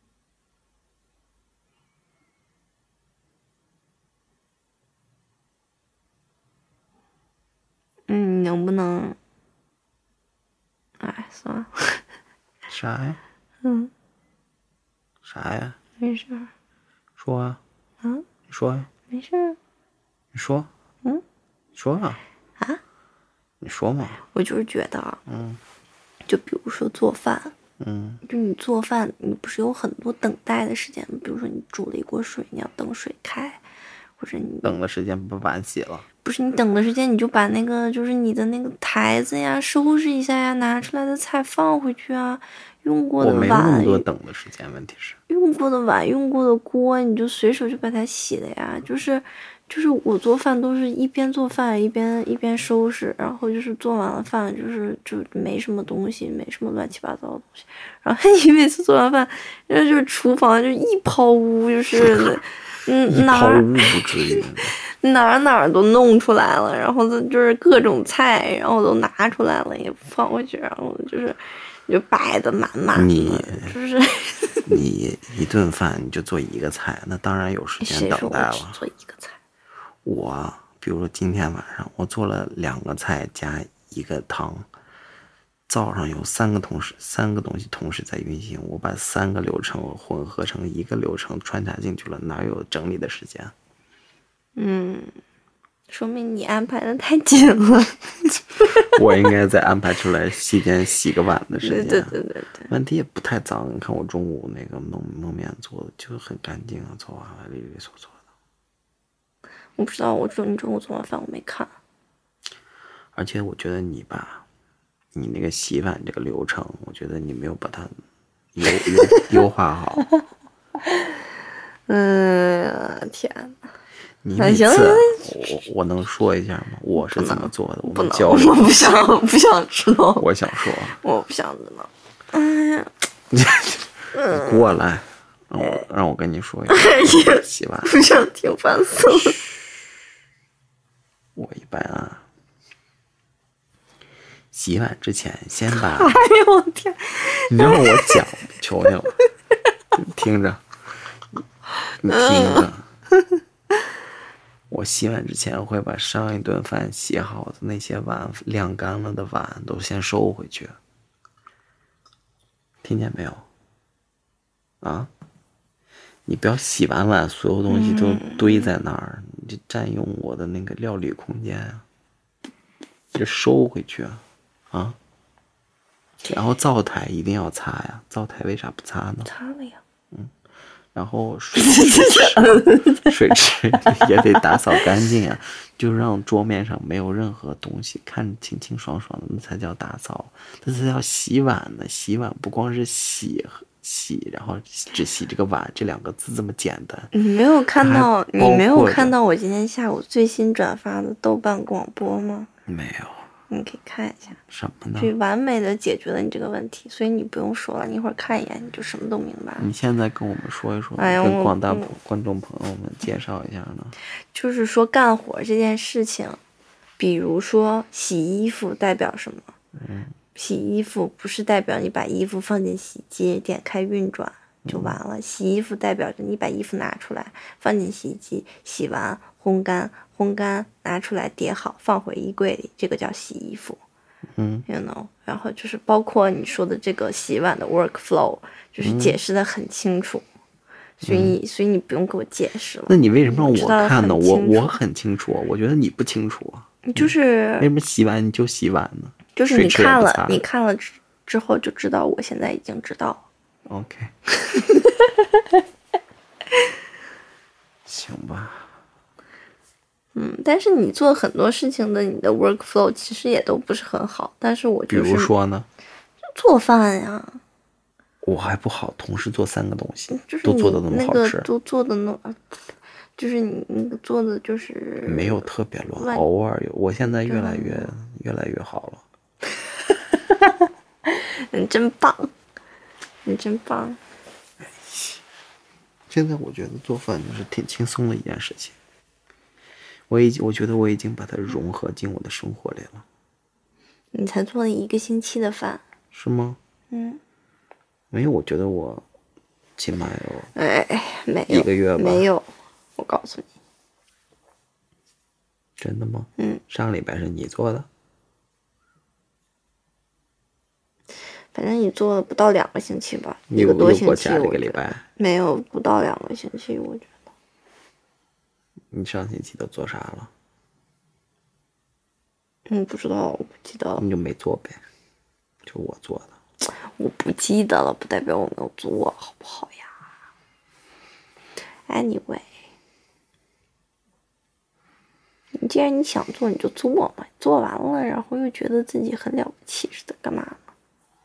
嗯，你能不能？哎，算了。 啥呀？ 嗯。 啥呀？ 没事儿。 说啊。 啊？ 你说呀。 没事儿。 你说。 嗯。 你说啊。 啊？ 你说嘛。 我就是觉得， 嗯， 就比如说做饭， 嗯， 就你做饭，你不是有很多等待的时间吗？比如说你煮了一锅水，你要等水开，或者你等的时间把碗洗了。 不是你等的时间，你就把那个就是你的那个台子呀收拾一下呀，拿出来的菜放回去啊，用过的碗， 我没有那么多等的时间，问题是用过的碗、用过的锅，你就随手就把它洗了呀。就是就是我做饭都是一边做饭一边一边收拾，然后就是做完了饭就是就没什么东西，没什么乱七八糟的东西。然后你每次做完饭，然后就是厨房就一抛污，就是嗯哪儿不至于哪儿哪儿都弄出来了，然后就是各种菜，然后都拿出来了也不放回去，然后就是就摆的满满的， 你就是你一顿饭你就做一个菜，那当然有时间等待了。 谁说我只做一个菜？ 我比如说今天晚上我做了两个菜加一个汤，早上有三个同时三个东西同时在运行，我把三个流程混合成一个流程穿插进去了，哪有整理的时间？ 嗯，说明你安排的太紧了。 我应该再安排出来洗点洗个碗的时间。 对对对对对， 问题也不太脏，你看我中午那个焖焖面做的就很干净啊，做完了利利索索的。 我不知道，我中你中午做完饭我没看。 而且我觉得你吧，你那个洗碗这个流程，我觉得你没有把它优优优化好。 嗯，天哪！ 你每次我我能说一下吗？我是怎么做的？ 不能， 教我不想不想知道。 我想说， 我不想知道。哎呀， 你过来，让我让我跟你说一下洗碗。 不想听，烦死了。 我一般啊，洗碗之前先把…… 哎呦我天！ 你让我讲，求你了，你听着，你听着。我洗碗之前会把上一顿饭洗好的那些碗晾干了的碗都先收回去，听见没有？啊，你不要洗完碗所有东西都堆在那儿，你就占用我的那个料理空间啊，就收回去啊，啊。然后灶台一定要擦呀，灶台为啥不擦呢？ 擦了呀。 嗯。然后水池水池也得打扫干净啊，就让桌面上没有任何东西，看着清清爽爽的，那才叫打扫。那才叫洗碗呢。洗碗不光是洗洗，然后只洗这个碗这两个字这么简单。 你没有看到你没有看到我今天下午最新转发的豆瓣广播吗？ 没有。 你可以看一下， 什么呢？ 这完美的解决了你这个问题，所以你不用说了，你一会儿看一眼你就什么都明白了。 你现在跟我们说一说， 哎呀， 跟广大观众朋友们介绍一下呢。 就是说干活这件事情，比如说洗衣服代表什么？ 嗯， 洗衣服不是代表你把衣服放进洗衣机，点开运转就完了。嗯、洗衣服代表着你把衣服拿出来，放进洗衣机，洗完烘干，烘干拿出来叠好，放回衣柜里，这个叫洗衣服。 嗯 you know， 然后就是包括你说的这个洗碗的 workflow， 就是解释的很清楚。嗯所以，所以你不用给我解释了。 那你为什么让我看呢？我我我很清楚，我觉得你不清楚啊。 就是为什么洗碗你就洗碗呢？ 就是你看了，你看了之之后就知道，我现在已经知道了。 OK 。行吧。 嗯，但是你做很多事情的，你的 workflow 其实也都不是很好。但是我就是， 比如说呢？ 做饭呀。 我还不好，同时做三个东西， 就是都做的那么好吃， 都做的那，就是你那个做的就是没有特别乱，偶尔有。我现在越来越、嗯、越来越好了。 你真棒，你真棒。 现在我觉得做饭就是挺轻松的一件事情。我已经，我觉得我已经把它融合进我的生活里了。 你才做了一个星期的饭？ 是吗？ 嗯。 没有，我觉得我起码有哎，没有一个月吧。 没有，我告诉你。 真的吗？ 嗯。 上个礼拜是你做的？ 反正你做了不到两个星期吧，一个多星期。 一个礼拜。 没有，不到两个星期，我觉得。 你上星期都做啥了？ 嗯，不知道，我不记得了。 你就没做呗，就我做的。 我不记得了，不代表我没有做，好不好呀 ？Anyway， 你既然你想做，你就做嘛，做完了，然后又觉得自己很了不起似的，干嘛呢？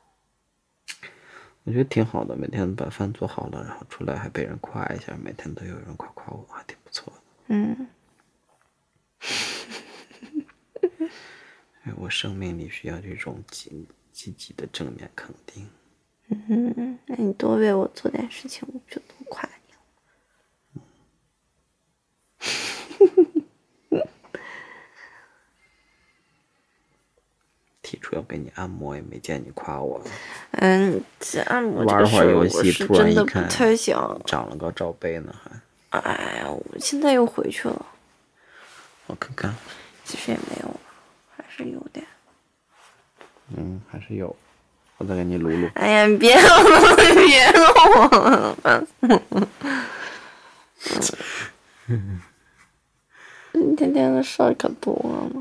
我觉得挺好的，每天把饭做好了，然后出来还被人夸一下，每天都有人夸夸我，还挺不错的。 嗯。 我生命里需要这种积积极的正面肯定。 嗯，那你多为我做点事情，我就多夸你了。 提出要给你按摩，也没见你夸我。 嗯，这按摩玩会儿游戏，突然一看， 太想长了个罩杯呢， 还。哎呀，我现在又回去了。 我看看。 其实也没有，还是有点。 嗯，还是有。我再给你撸撸。 哎呀，你别了，别了我，烦死了。你天天的事儿可多了。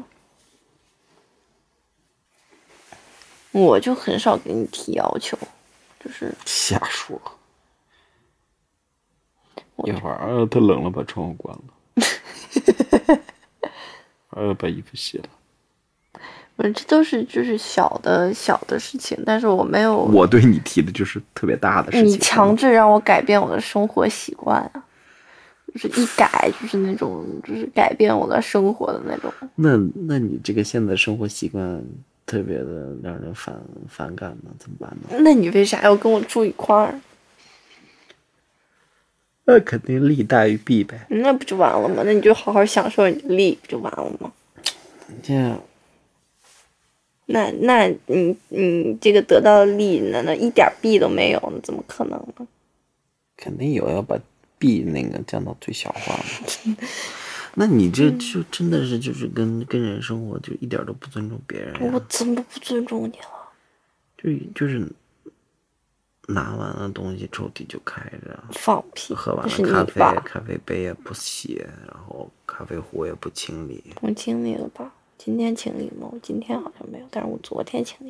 我就很少给你提要求，就是瞎说。一会儿，呃，太冷了，把窗户关了。呃，把衣服洗了。 不是，这都是就是小的小的事情，但是我没有。 我对你提的就是特别大的事情。 你强制让我改变我的生活习惯啊，就是一改就是那种就是改变我的生活的那种。 那那你这个现在生活习惯特别的让人反反感呢，怎么办呢？ 那你为啥要跟我住一块儿？ 那肯定利大于弊呗。 那不就完了吗？那你就好好享受你的利，不就完了吗？ 这样。 那那你你这个得到的利，难道一点弊都没有呢？怎么可能呢？ 肯定有，要把弊那个降到最小化嘛。那你这就真的是就是跟跟人生活就一点都不尊重别人、啊。 我怎么不尊重你了？ 就就是拿完了东西抽屉就开着， 放屁！ 喝完了咖啡，咖啡杯也不洗，然后咖啡壶也不清理。 我清理了吧？今天清理吗？我今天好像没有，但是我昨天清理。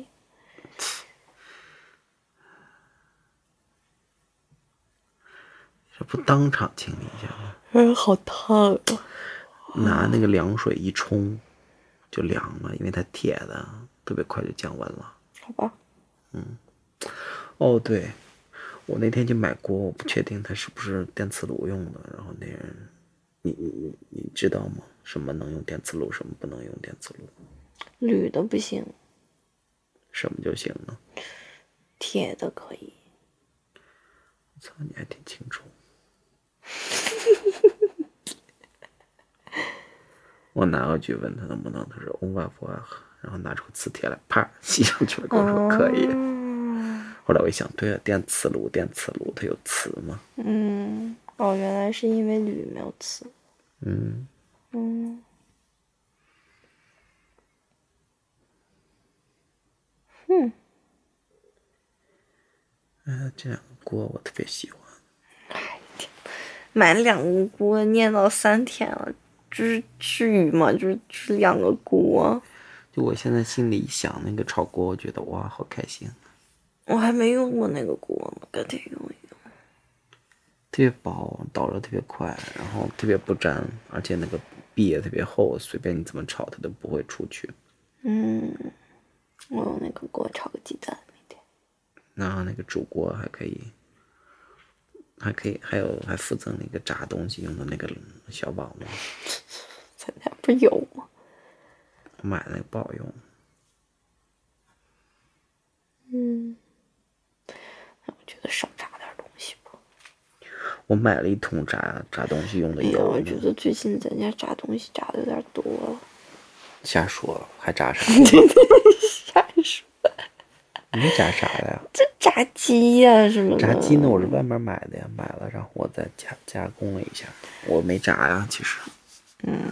这不当场清理一下吗？ 嗯，好烫啊！ 拿那个凉水一冲，就凉了，因为它铁的，特别快就降温了。 好吧。 嗯。哦，对，我那天去买锅，我不确定它是不是电磁炉用的。然后那人，你你你知道吗？什么能用电磁炉，什么不能用电磁炉？ 铝的不行。 什么就行呢？ 铁的可以。 我操，你还挺清楚。我拿过去问他能不能，他说 on va voir。 然后拿出磁铁来，啪吸上去了，跟我说可以。 嗯、 后来我一想，对啊，电磁炉，电磁炉它有磁吗？ 嗯，哦，原来是因为铝没有磁。 嗯嗯，嗯， 哎，这两个锅我特别喜欢。 买两个锅念到三天了，就是至于吗？就是吃两个锅。 就我现在心里一想那个炒锅，我觉得哇，好开心。 我还没用过那个锅呢，改天用一用。 特别薄，导热特别快，然后特别不粘，而且那个壁也特别厚，随便你怎么炒它都不会出去。 嗯，我用那个锅炒个鸡蛋每天。 然后那个煮锅还可以，还可以，还有还附赠那个炸东西用的那个小网吗？ 咱家不是有吗？ 我买那个不好用。 嗯，我觉得少炸点东西吧。 我买了一桶炸炸东西用的哎呀， 油。 我觉得最近咱家炸东西炸的有点多了。 瞎说，还炸啥？ 瞎说。 没炸啥的呀？ 这炸鸡呀、什么的。 炸鸡呢？我是外面买的呀，买了，然后我再加加工了一下，我没炸呀，其实。 嗯。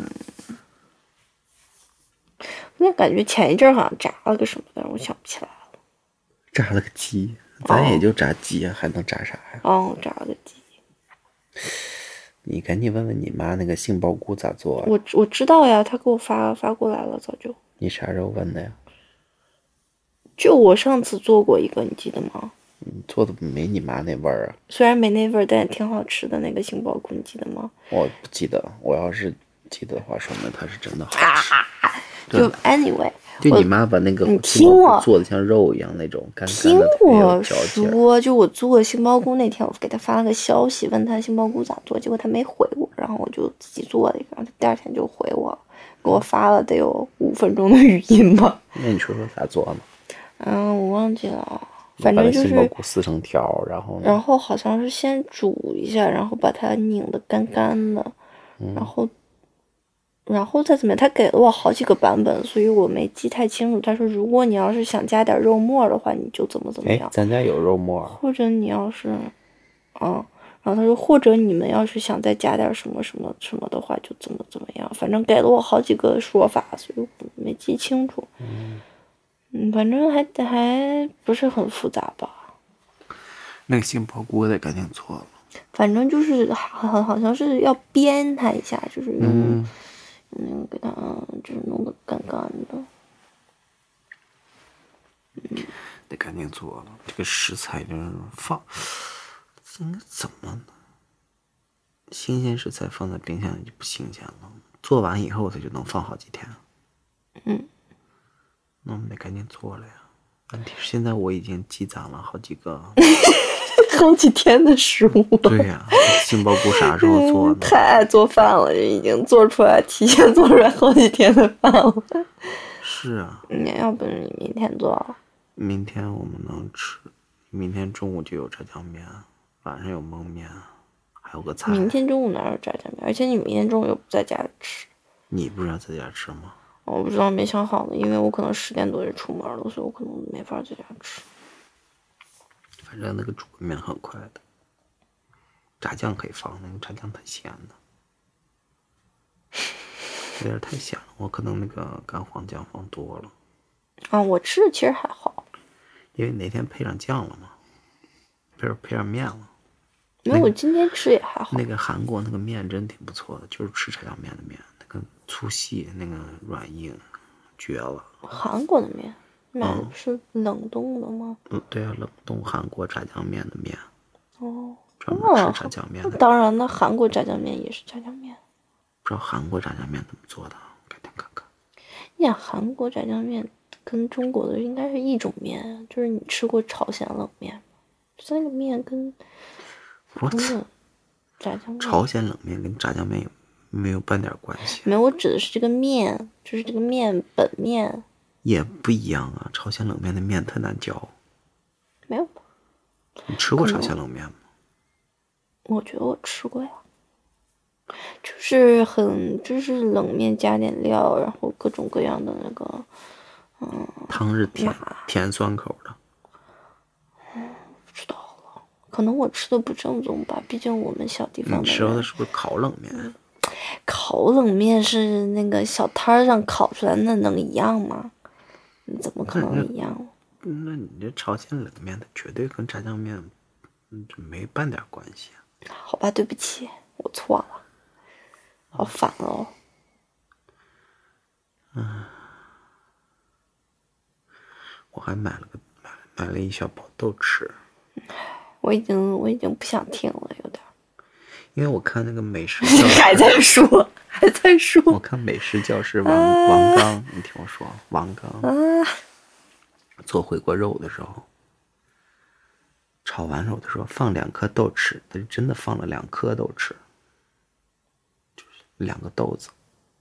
我感觉前一阵好像炸了个什么，但是我想不起来了。 炸了个鸡，咱也就炸鸡呀、哦，还能炸啥呀？ 哦，炸了个鸡。 你赶紧问问你妈那个杏鲍菇咋做、啊？ 我我知道呀，她给我发发过来了，早就。 你啥时候问的呀？ 就我上次做过一个，你记得吗？ 你做的没你妈那味儿啊。 虽然没那味儿，但也挺好吃的那个杏鲍菇，你记得吗？ 我不记得，我要是记得的话，说明它是真的好吃。啊、 就 anyway， 就你妈把那个你听我做的像肉一样那种干干的， 听我说，就我做杏鲍菇那天，我给他发了个消息，问他杏鲍菇咋做，结果他没回我，然后我就自己做了一个，然后他第二天就回我，给我发了得有五分钟的语音吧。 那你说说咋做呢？ 嗯，我忘记了，反正就是杏鲍菇撕成条，然后然后好像是先煮一下，然后把它拧得干干的，嗯、然后。然后再怎么样，他给了我好几个版本，所以我没记太清楚。他说，如果你要是想加点肉末的话，你就怎么怎么样。 咱家有肉末。 或者你要是，嗯，然后他说，或者你们要是想再加点什么什么什么的话，就怎么怎么样。反正给了我好几个说法，所以我没记清楚。嗯，嗯，反正还还不是很复杂吧。 那个杏鲍菇得赶紧做了。 反正就是好好像是要煸它一下，就是用。嗯那个给它就是弄得干干的， 嗯，得赶紧做了。这个食材就是放，应该怎么呢？新鲜食材放在冰箱里就不新鲜了，做完以后它就能放好几天。 嗯， 那我们得赶紧做了呀。问题是现在我已经积攒了好几个。 好几天的食物了。 对呀、啊，杏鲍菇啥时候做呢？ 太爱做饭了，已经做出来，提前做出来好几天的饭了。 是啊。 你要不你明天做了？ 明天我们能吃，明天中午就有炸酱面，晚上有焖面，还有个菜。 明天中午哪有炸酱面？而且你明天中午又不在家里吃。 你不是要在家吃吗？ 我不知道，没想好呢，因为我可能十点多就出门了，所以我可能没法在家吃。 反正那个煮个面很快的，炸酱可以放，那个炸酱太咸了，有点太咸了，我可能那个干黄酱放多了。 啊，我吃的其实还好， 因为哪天配上酱了嘛，配上配上面了。 没有，我今天吃也还好。 那个韩国那个面真挺不错的，就是吃炸酱面的面，那个粗细，那个软硬，绝了。 韩国的面。买的是冷冻的吗？ 嗯，对啊，冷冻韩国炸酱面的面。 哦， 专门吃炸酱面的。 哦、当然，那韩国炸酱面也是炸酱面。 不知道韩国炸酱面怎么做的，改天看看。 呀，韩国炸酱面跟中国的应该是一种面，就是你吃过朝鲜冷面吗？就是那个面跟普通的炸酱面。 朝鲜冷面跟炸酱面有没有半点关系？ 没有，我指的是这个面，就是这个面本面。 也不一样啊，朝鲜冷面的面特难嚼。 没有吧？ 你吃过朝鲜冷面吗？ 我觉得我吃过呀，就是很就是冷面加点料，然后各种各样的那个嗯， 汤是甜甜酸口的。 不知道了，可能我吃的不正宗吧，毕竟我们小地方的人。 你吃的是不是烤冷面？嗯、 烤冷面是那个小摊上烤出来，那能一样吗？你怎么可能一样？ 那, 那你这朝鲜冷面，它绝对跟炸酱面，嗯，没半点关系、啊。 好吧，对不起，我错了，好烦哦。 嗯，我还买了个买买了一小包豆豉。 我已经我已经不想听了，有点。 因为我看那个美食教室还在说，还在说。 我看美食教师王、啊、王刚，你听我说，王刚、啊、做回锅肉的时候，炒完肉的时候放两颗豆豉，他是真的放了两颗豆豉，就是两个豆子。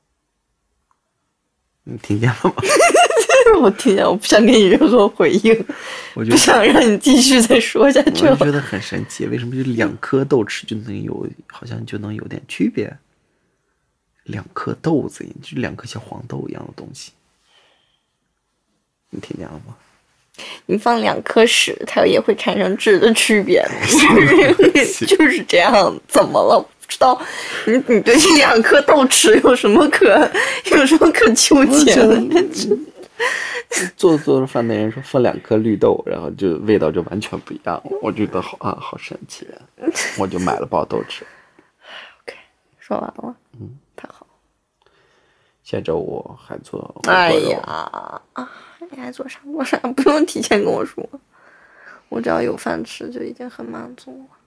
你听见了吗？ 我听见，我不想给你任何回应，我不想让你继续再说下去了。 我觉得很神奇，为什么就两颗豆豉就能有，好像就能有点区别？两颗豆子，就两颗像黄豆一样的东西，你听见了吗？ 你放两颗屎，它也会产生质的区别，就是这样。怎么了？不知道。你你对这两颗豆豉有什么可有什么可纠结的？ 做做饭的人说放两颗绿豆，然后就味道就完全不一样。我觉得好啊，好神奇，我就买了包豆豉。 OK， 说完了。 嗯， 太好。 下周我还做。 哎呀，你还做啥做啥？不用提前跟我说，我只要有饭吃就已经很满足了。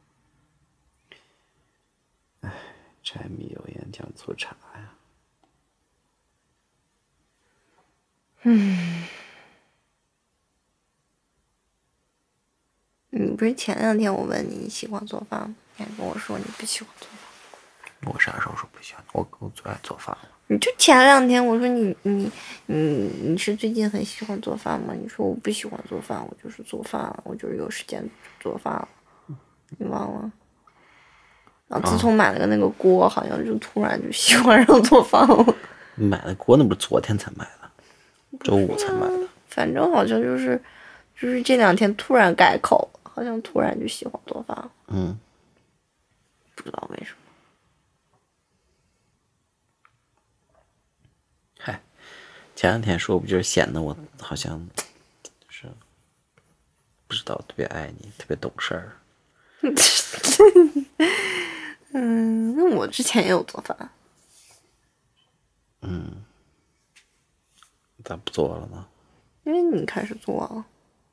哎，柴米油盐酱醋茶呀。 嗯。你不是前两天我问你你喜欢做饭吗？你还跟我说你不喜欢做饭。 我啥时候说不喜欢？我我最爱做饭了。 你就前两天我说你你你你是最近很喜欢做饭吗？你说我不喜欢做饭，我就是做饭了，我就是有时间做饭了。你忘了？然后自从买了个那个锅，好像就突然就喜欢上做饭了。 你买的锅那不是昨天才买的，周五才买的。 反正好像就是就是这两天突然改口，好像突然就喜欢做饭了。 嗯， 不知道为什么。 嗨，前两天说不就是显得我好像就是不知道特别爱你，特别懂事儿。 嗯，那我之前也有做饭。 嗯，咋不做了呢？ 因为你开始做了。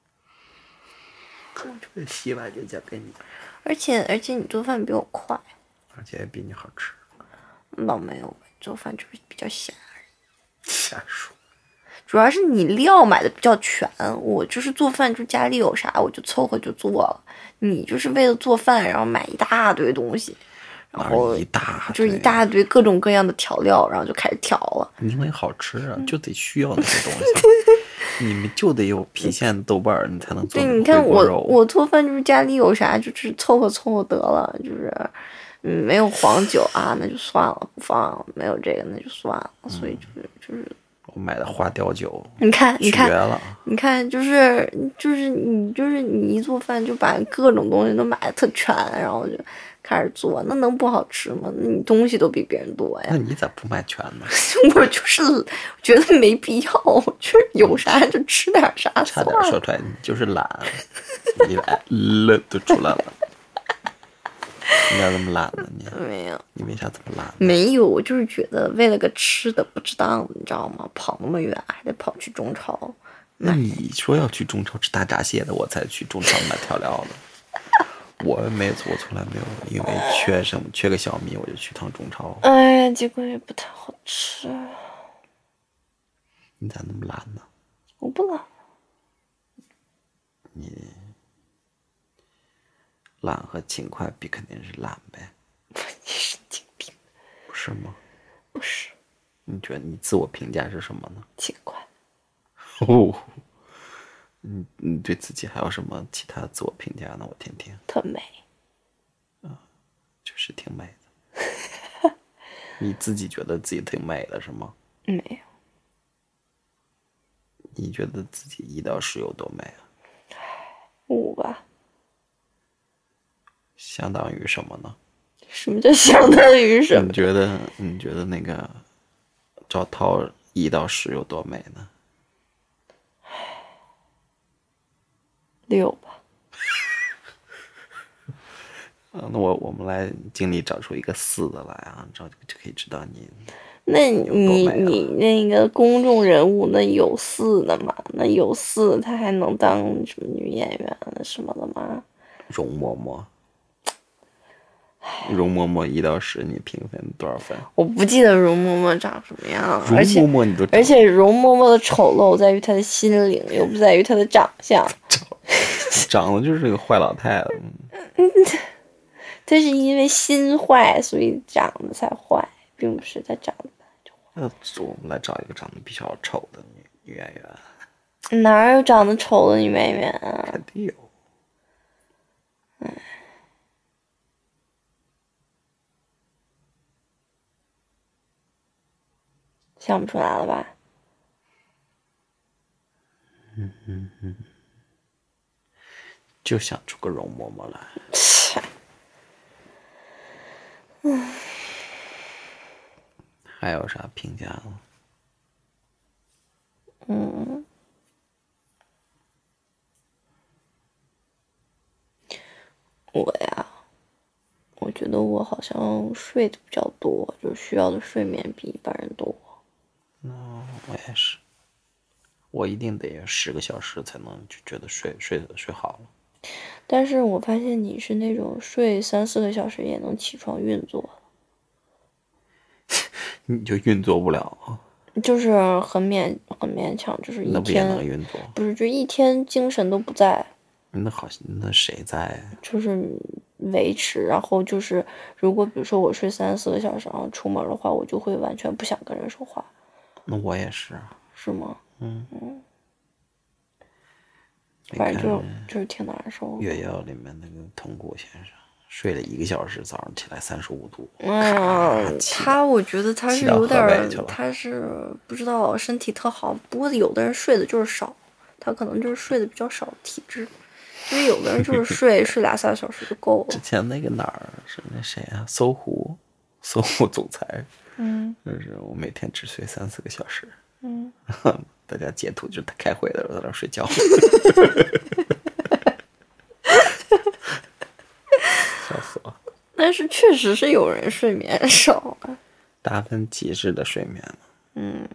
这洗碗就交给你。 而且而且你做饭比我快。 而且也比你好吃。 倒没有，做饭就是比较咸而已。 瞎说。 主要是你料买的比较全，我就是做饭就家里有啥我就凑合就做了。你就是为了做饭，然后买一大堆东西，然后一大就是一大堆各种各样的调料，然后就开始调了。 因为好吃啊，就得需要那些东西。你们就得有郫县豆瓣，你才能做。 对，你看我我做饭就是家里有啥就是凑合凑合得了，就是嗯没有黄酒啊那就算了不放了，没有这个那就算了，所以就是就是。 我买的花雕酒， 你看，你看， 了你看，就是就是你就是你一做饭就把各种东西都买的特全，然后就开始做，那能不好吃吗？那你东西都比别人多呀。 那你咋不买全呢？ 我就是觉得没必要，就是有啥就吃点啥。 差点说出来，你就是懒，你懒了都出来了。你咋这么懒呢？你没有， 你为啥这么懒呢？ 没有，我就是觉得为了个吃的不值当，你知道吗？跑那么远还得跑去中超。 那你说要去中超吃大闸蟹的，我才去中超买调料的。我没，我从来没有因为缺什么缺个小米我就去趟中超。 哎，结果也不太好吃。 你咋那么懒呢？ 我不懒。 你懒和勤快比肯定是懒呗。 你神经病。 不是吗？ 不是。 你觉得你自我评价是什么呢？ 勤快。 哦。你你对自己还有什么其他自我评价呢？我听听。 特美。 嗯，就是挺美的。你自己觉得自己挺美的是吗？ 没有。 你觉得自己一到十有多美啊？ 五吧。 相当于什么呢？ 什么叫相当于什么？ 你觉得你觉得那个赵涛一到十有多美呢？ 六吧。 啊，那我我们来尽力找出一个四的来啊，这就可以知道你。 那你你那个公众人物那有四的吗？那有四他还能当什么女演员什么的吗？ 容嬷嬷。容嬷嬷一到十，你评分多少分？ 我不记得容嬷嬷长什么样， 容嬷嬷你都而且容嬷嬷的丑陋在于她的心灵，又不在于她的长相。 长得就是个坏老太太。 她是因为心坏，所以长得才坏，并不是她长得就坏。 那我们来找一个长得比较丑的女女演员。 哪有长得丑的女演员啊？ 肯定有。 嗯。想不出来了吧？ 嗯嗯嗯，就想出个容嬷嬷来。 嗯， 还有啥评价吗？ 嗯，我呀，我觉得我好像睡的比较多，就需要的睡眠比一般人多。 嗯，我也是，我一定得十个小时才能就觉得睡睡睡好了。 但是我发现你是那种睡三四个小时也能起床运作你就运作不了， 就是很勉很勉强，就是一天那不也能运作？ 不是，就一天精神都不在。 那好，那谁在？ 就是维持，然后就是如果比如说我睡三四个小时，然后出门的话，我就会完全不想跟人说话。 那我也是。 是吗？ 嗯嗯。反正就就是挺难受的。 月曜里面那个铜鼓先生睡了一个小时，早上起来三十五度。 嗯，他我觉得他是有点，他是不知道身体特好。不过有的人睡的就是少，他可能就是睡的比较少的体质。因为有的人就是睡睡俩仨小时就够了。 之前那个哪儿是那谁啊？搜狐，搜狐总裁。 嗯， 就是我每天只睡三四个小时。 嗯， 大家截图就是他开会的时候在那睡觉。笑死我！ 但是确实是有人睡眠少啊。 达芬奇式的睡眠。 嗯。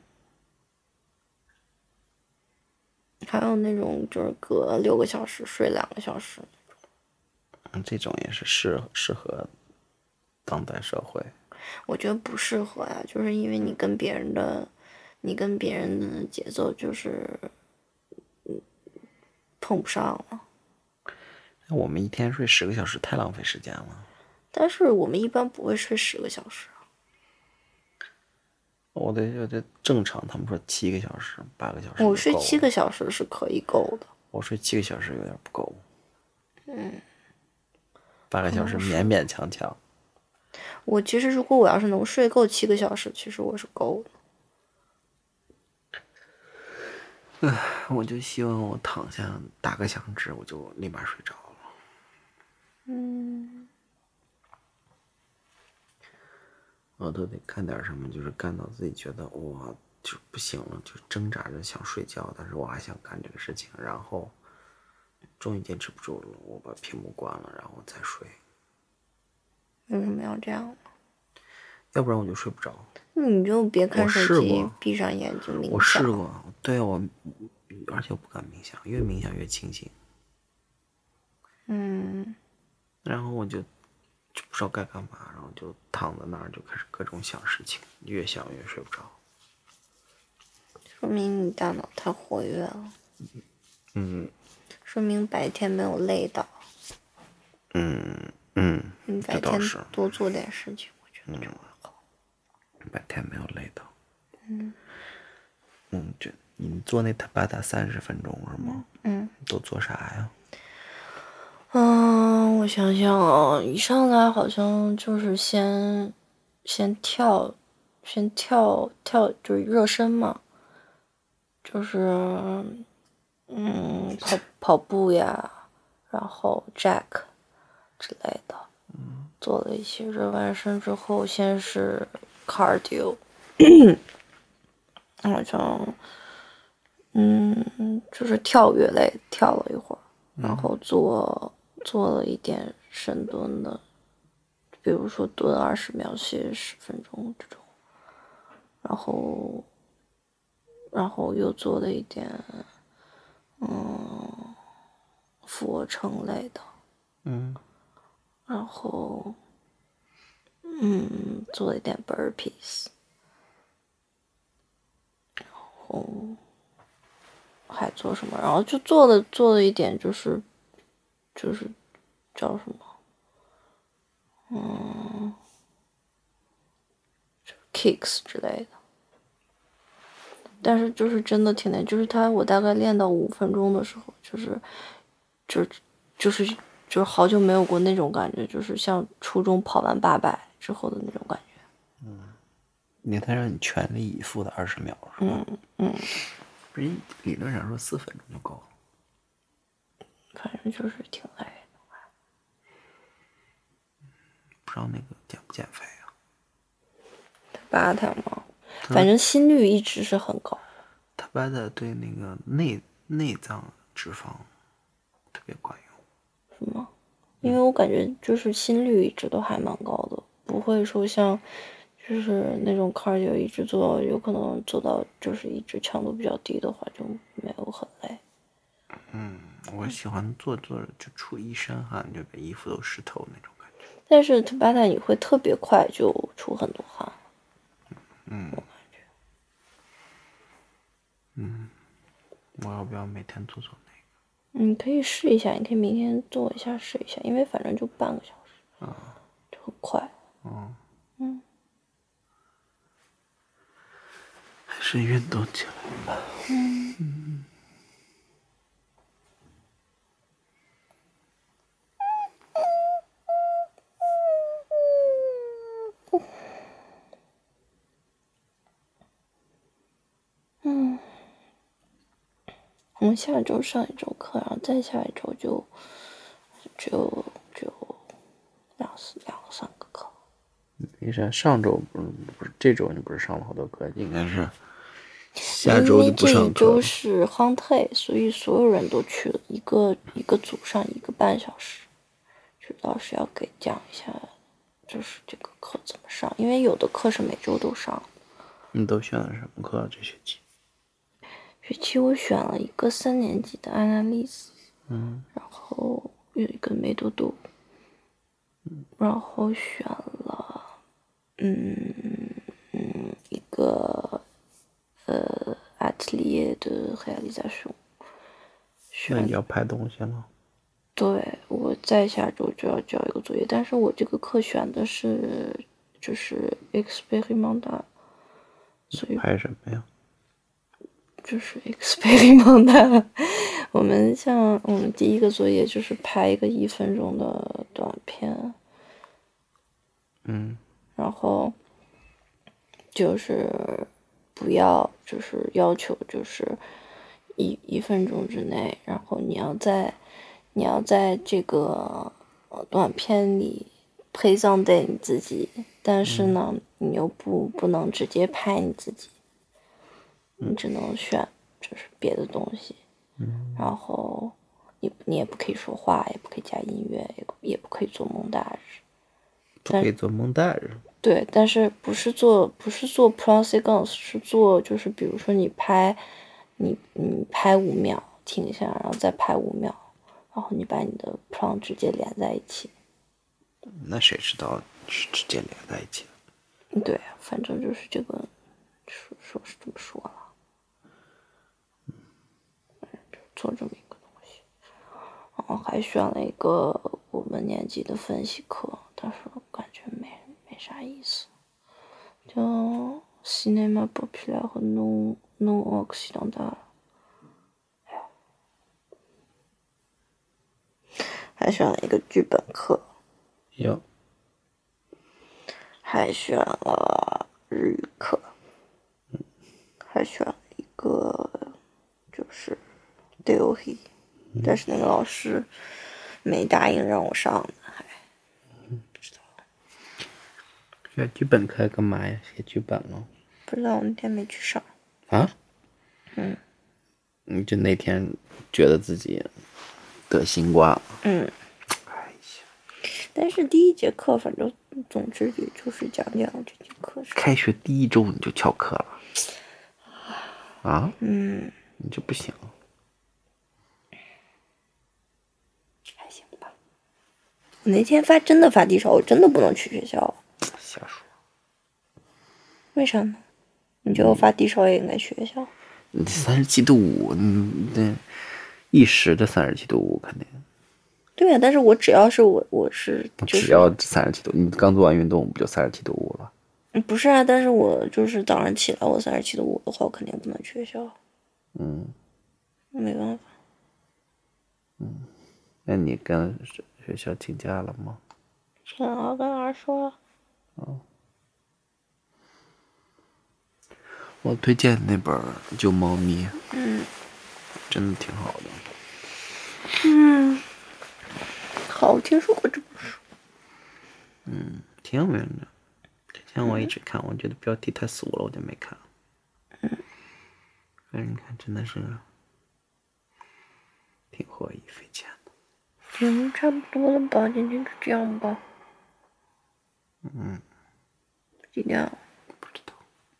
还有那种就是隔六个小时睡两个小时那种。 嗯，这种也是适适合当代社会。 我觉得不适合呀，就是因为你跟别人的，你跟别人的节奏就是碰不上了。 我们一天睡十个小时太浪费时间了。 但是我们一般不会睡十个小时。 我得我得正常，他们说七个小时、八个小时。 我睡七个小时是可以够的。 我睡七个小时有点不够。 嗯。 八个小时勉勉强强。 我其实如果我要是能睡够七个小时，其实我是够的。唉，我就希望我躺下打个响指，我就立马睡着了。 嗯。 我都得干点什么，就是干到自己觉得哇，就不行了，就挣扎着想睡觉，但是我还想干这个事情，然后终于坚持不住了，我把屏幕关了，然后再睡。 为什么要这样呢？ 要不然我就睡不着。 你就别看手机，闭上眼睛冥想。 我试过，对我，而且我不敢冥想，越冥想越清醒。 嗯。 然后我就就不知道该干嘛，然后就躺在那儿，就开始各种想事情，越想越睡不着。 说明你大脑太活跃了。 嗯。 说明白天没有累到。 嗯嗯。 你白天多做点事情，我觉得就会好。 白天没有累到。 嗯。 嗯，就你做那塔巴塔三十分钟是吗？ 嗯。 都做啥呀？ 嗯，我想想啊，一上来好像就是先先跳，先跳跳就是热身嘛。 就是嗯跑跑步呀，然后 Jack 之类的，嗯，做了一些。热完身之后，先是 cardio， 好像嗯就是跳跃类跳了一会儿，然后做做了一点深蹲的，比如说蹲二十秒歇十分钟这种，然后然后又做了一点嗯俯卧撑类的， 嗯， 然后嗯做了一点 burpees， 然后还做什么？然后就做了做了一点就是就是叫什么？嗯 kicks 之类的，但是就是真的挺累，就是他我大概练到五分钟的时候，就是就就是就是好久没有过那种感觉，就是像初中跑完八百之后的那种感觉。 嗯，你他让你全力以赴的二十秒是吧？ 嗯嗯， 不是理论上说四分钟就够了， 反正就是挺累的。 不知道那个减不减肥啊？ 巴塔吗？反正心率一直是很高。 他巴塔对那个内内脏脂肪特别管用。 是吗？因为我感觉就是心率一直都还蛮高的，不会说像就是那种 cardio 一直做，有可能做到就是一直强度比较低的话就没有很累。 嗯，我喜欢做做着就出一身汗，就把衣服都湿透那种感觉。 但是 Tabata 你会特别快就出很多汗。 嗯，我感觉。嗯，我要不要每天做做那个？你可以试一下，你可以明天做一下试一下，因为反正就半个小时， 啊， 就很快。 嗯嗯， 还是运动起来吧。 嗯嗯。 嗯，我们下周上一周课，然后再下一周就就就两四两个三个课。 没啥，上周不是不是这周你不是上了好多课，应该是下周就不上课了。 因为这一周是 Hante， 所以所有人都去了，一个一个组上一个半小时，就老师要给讲一下，就是这个课怎么上，因为有的课是每周都上。 你都选了什么课这学期？ 学期我选了一个三年级的安娜丽丝， 嗯， 然后有一个梅多多，然后选了嗯嗯一个呃 Atelier de réalisation。 那你要拍东西了？ 对，我再下周就要交一个作业，但是我这个课选的是就是 experimental，所以拍什么呀？ 就是 experimental。我们像我们第一个作业就是拍一个一分钟的短片， 嗯， 然后就是不要就是要求就是一一分钟之内，然后你要在你要在这个短片里配上对你自己，但是呢，嗯、你又不不能直接拍你自己，你只能选就是别的东西， 嗯， 然后你你也不可以说话，也不可以加音乐，也也不可以做蒙大日， 不可以做蒙大日。 对，但是不是做不是做 plan sequence，是做就是比如说你拍你你拍五秒停下，然后再拍五秒，然后你把你的 plan 直接连在一起。 那谁知道是直接连在一起的？ 对，反正就是这个说说是这么说了，做这么一个东西，然后还选了一个我们年级的分析课，但是感觉没没啥意思，叫 cinéma populaire non non occidental。还选了一个剧本课， 有， 还选了日语课，还选了一个是丢黑，但是那个老师没答应让我上的，还不知道。 学剧本课干嘛呀？写剧本了？ 不知道，我那天没去上。 啊？ 嗯。 你就那天觉得自己得新冠了？ 嗯。 哎呀！ 但是第一节课，反正总之也就是讲讲这节课。 开学第一周你就翘课了？啊？ 嗯。 你这不行。 还行吧。我那天发真的发低烧，我真的不能去学校。 瞎说。 为啥呢？你觉得我发低烧也应该去学校？ 你三十七度五，你这一时的三十七度五肯定。 对啊，但是我只要是我我是、就是、 只要三十七度，你刚做完运动不就三十七度五了？ 不是啊，但是我就是早上起来我三十七度五的话，我肯定不能去学校。 嗯。 没办法。 嗯，那你跟学校请假了吗？ 请了，跟老师说了。 哦。我推荐那本《救猫咪》， 嗯， 真的挺好的。 嗯，好，我听说过这本书。 嗯，挺有名的。之前我一直看，我觉得标题太俗了，我就没看。 嗯。 反正你看，真的是挺获益匪浅的。 行，差不多了吧，今天就这样吧。 嗯。 几点？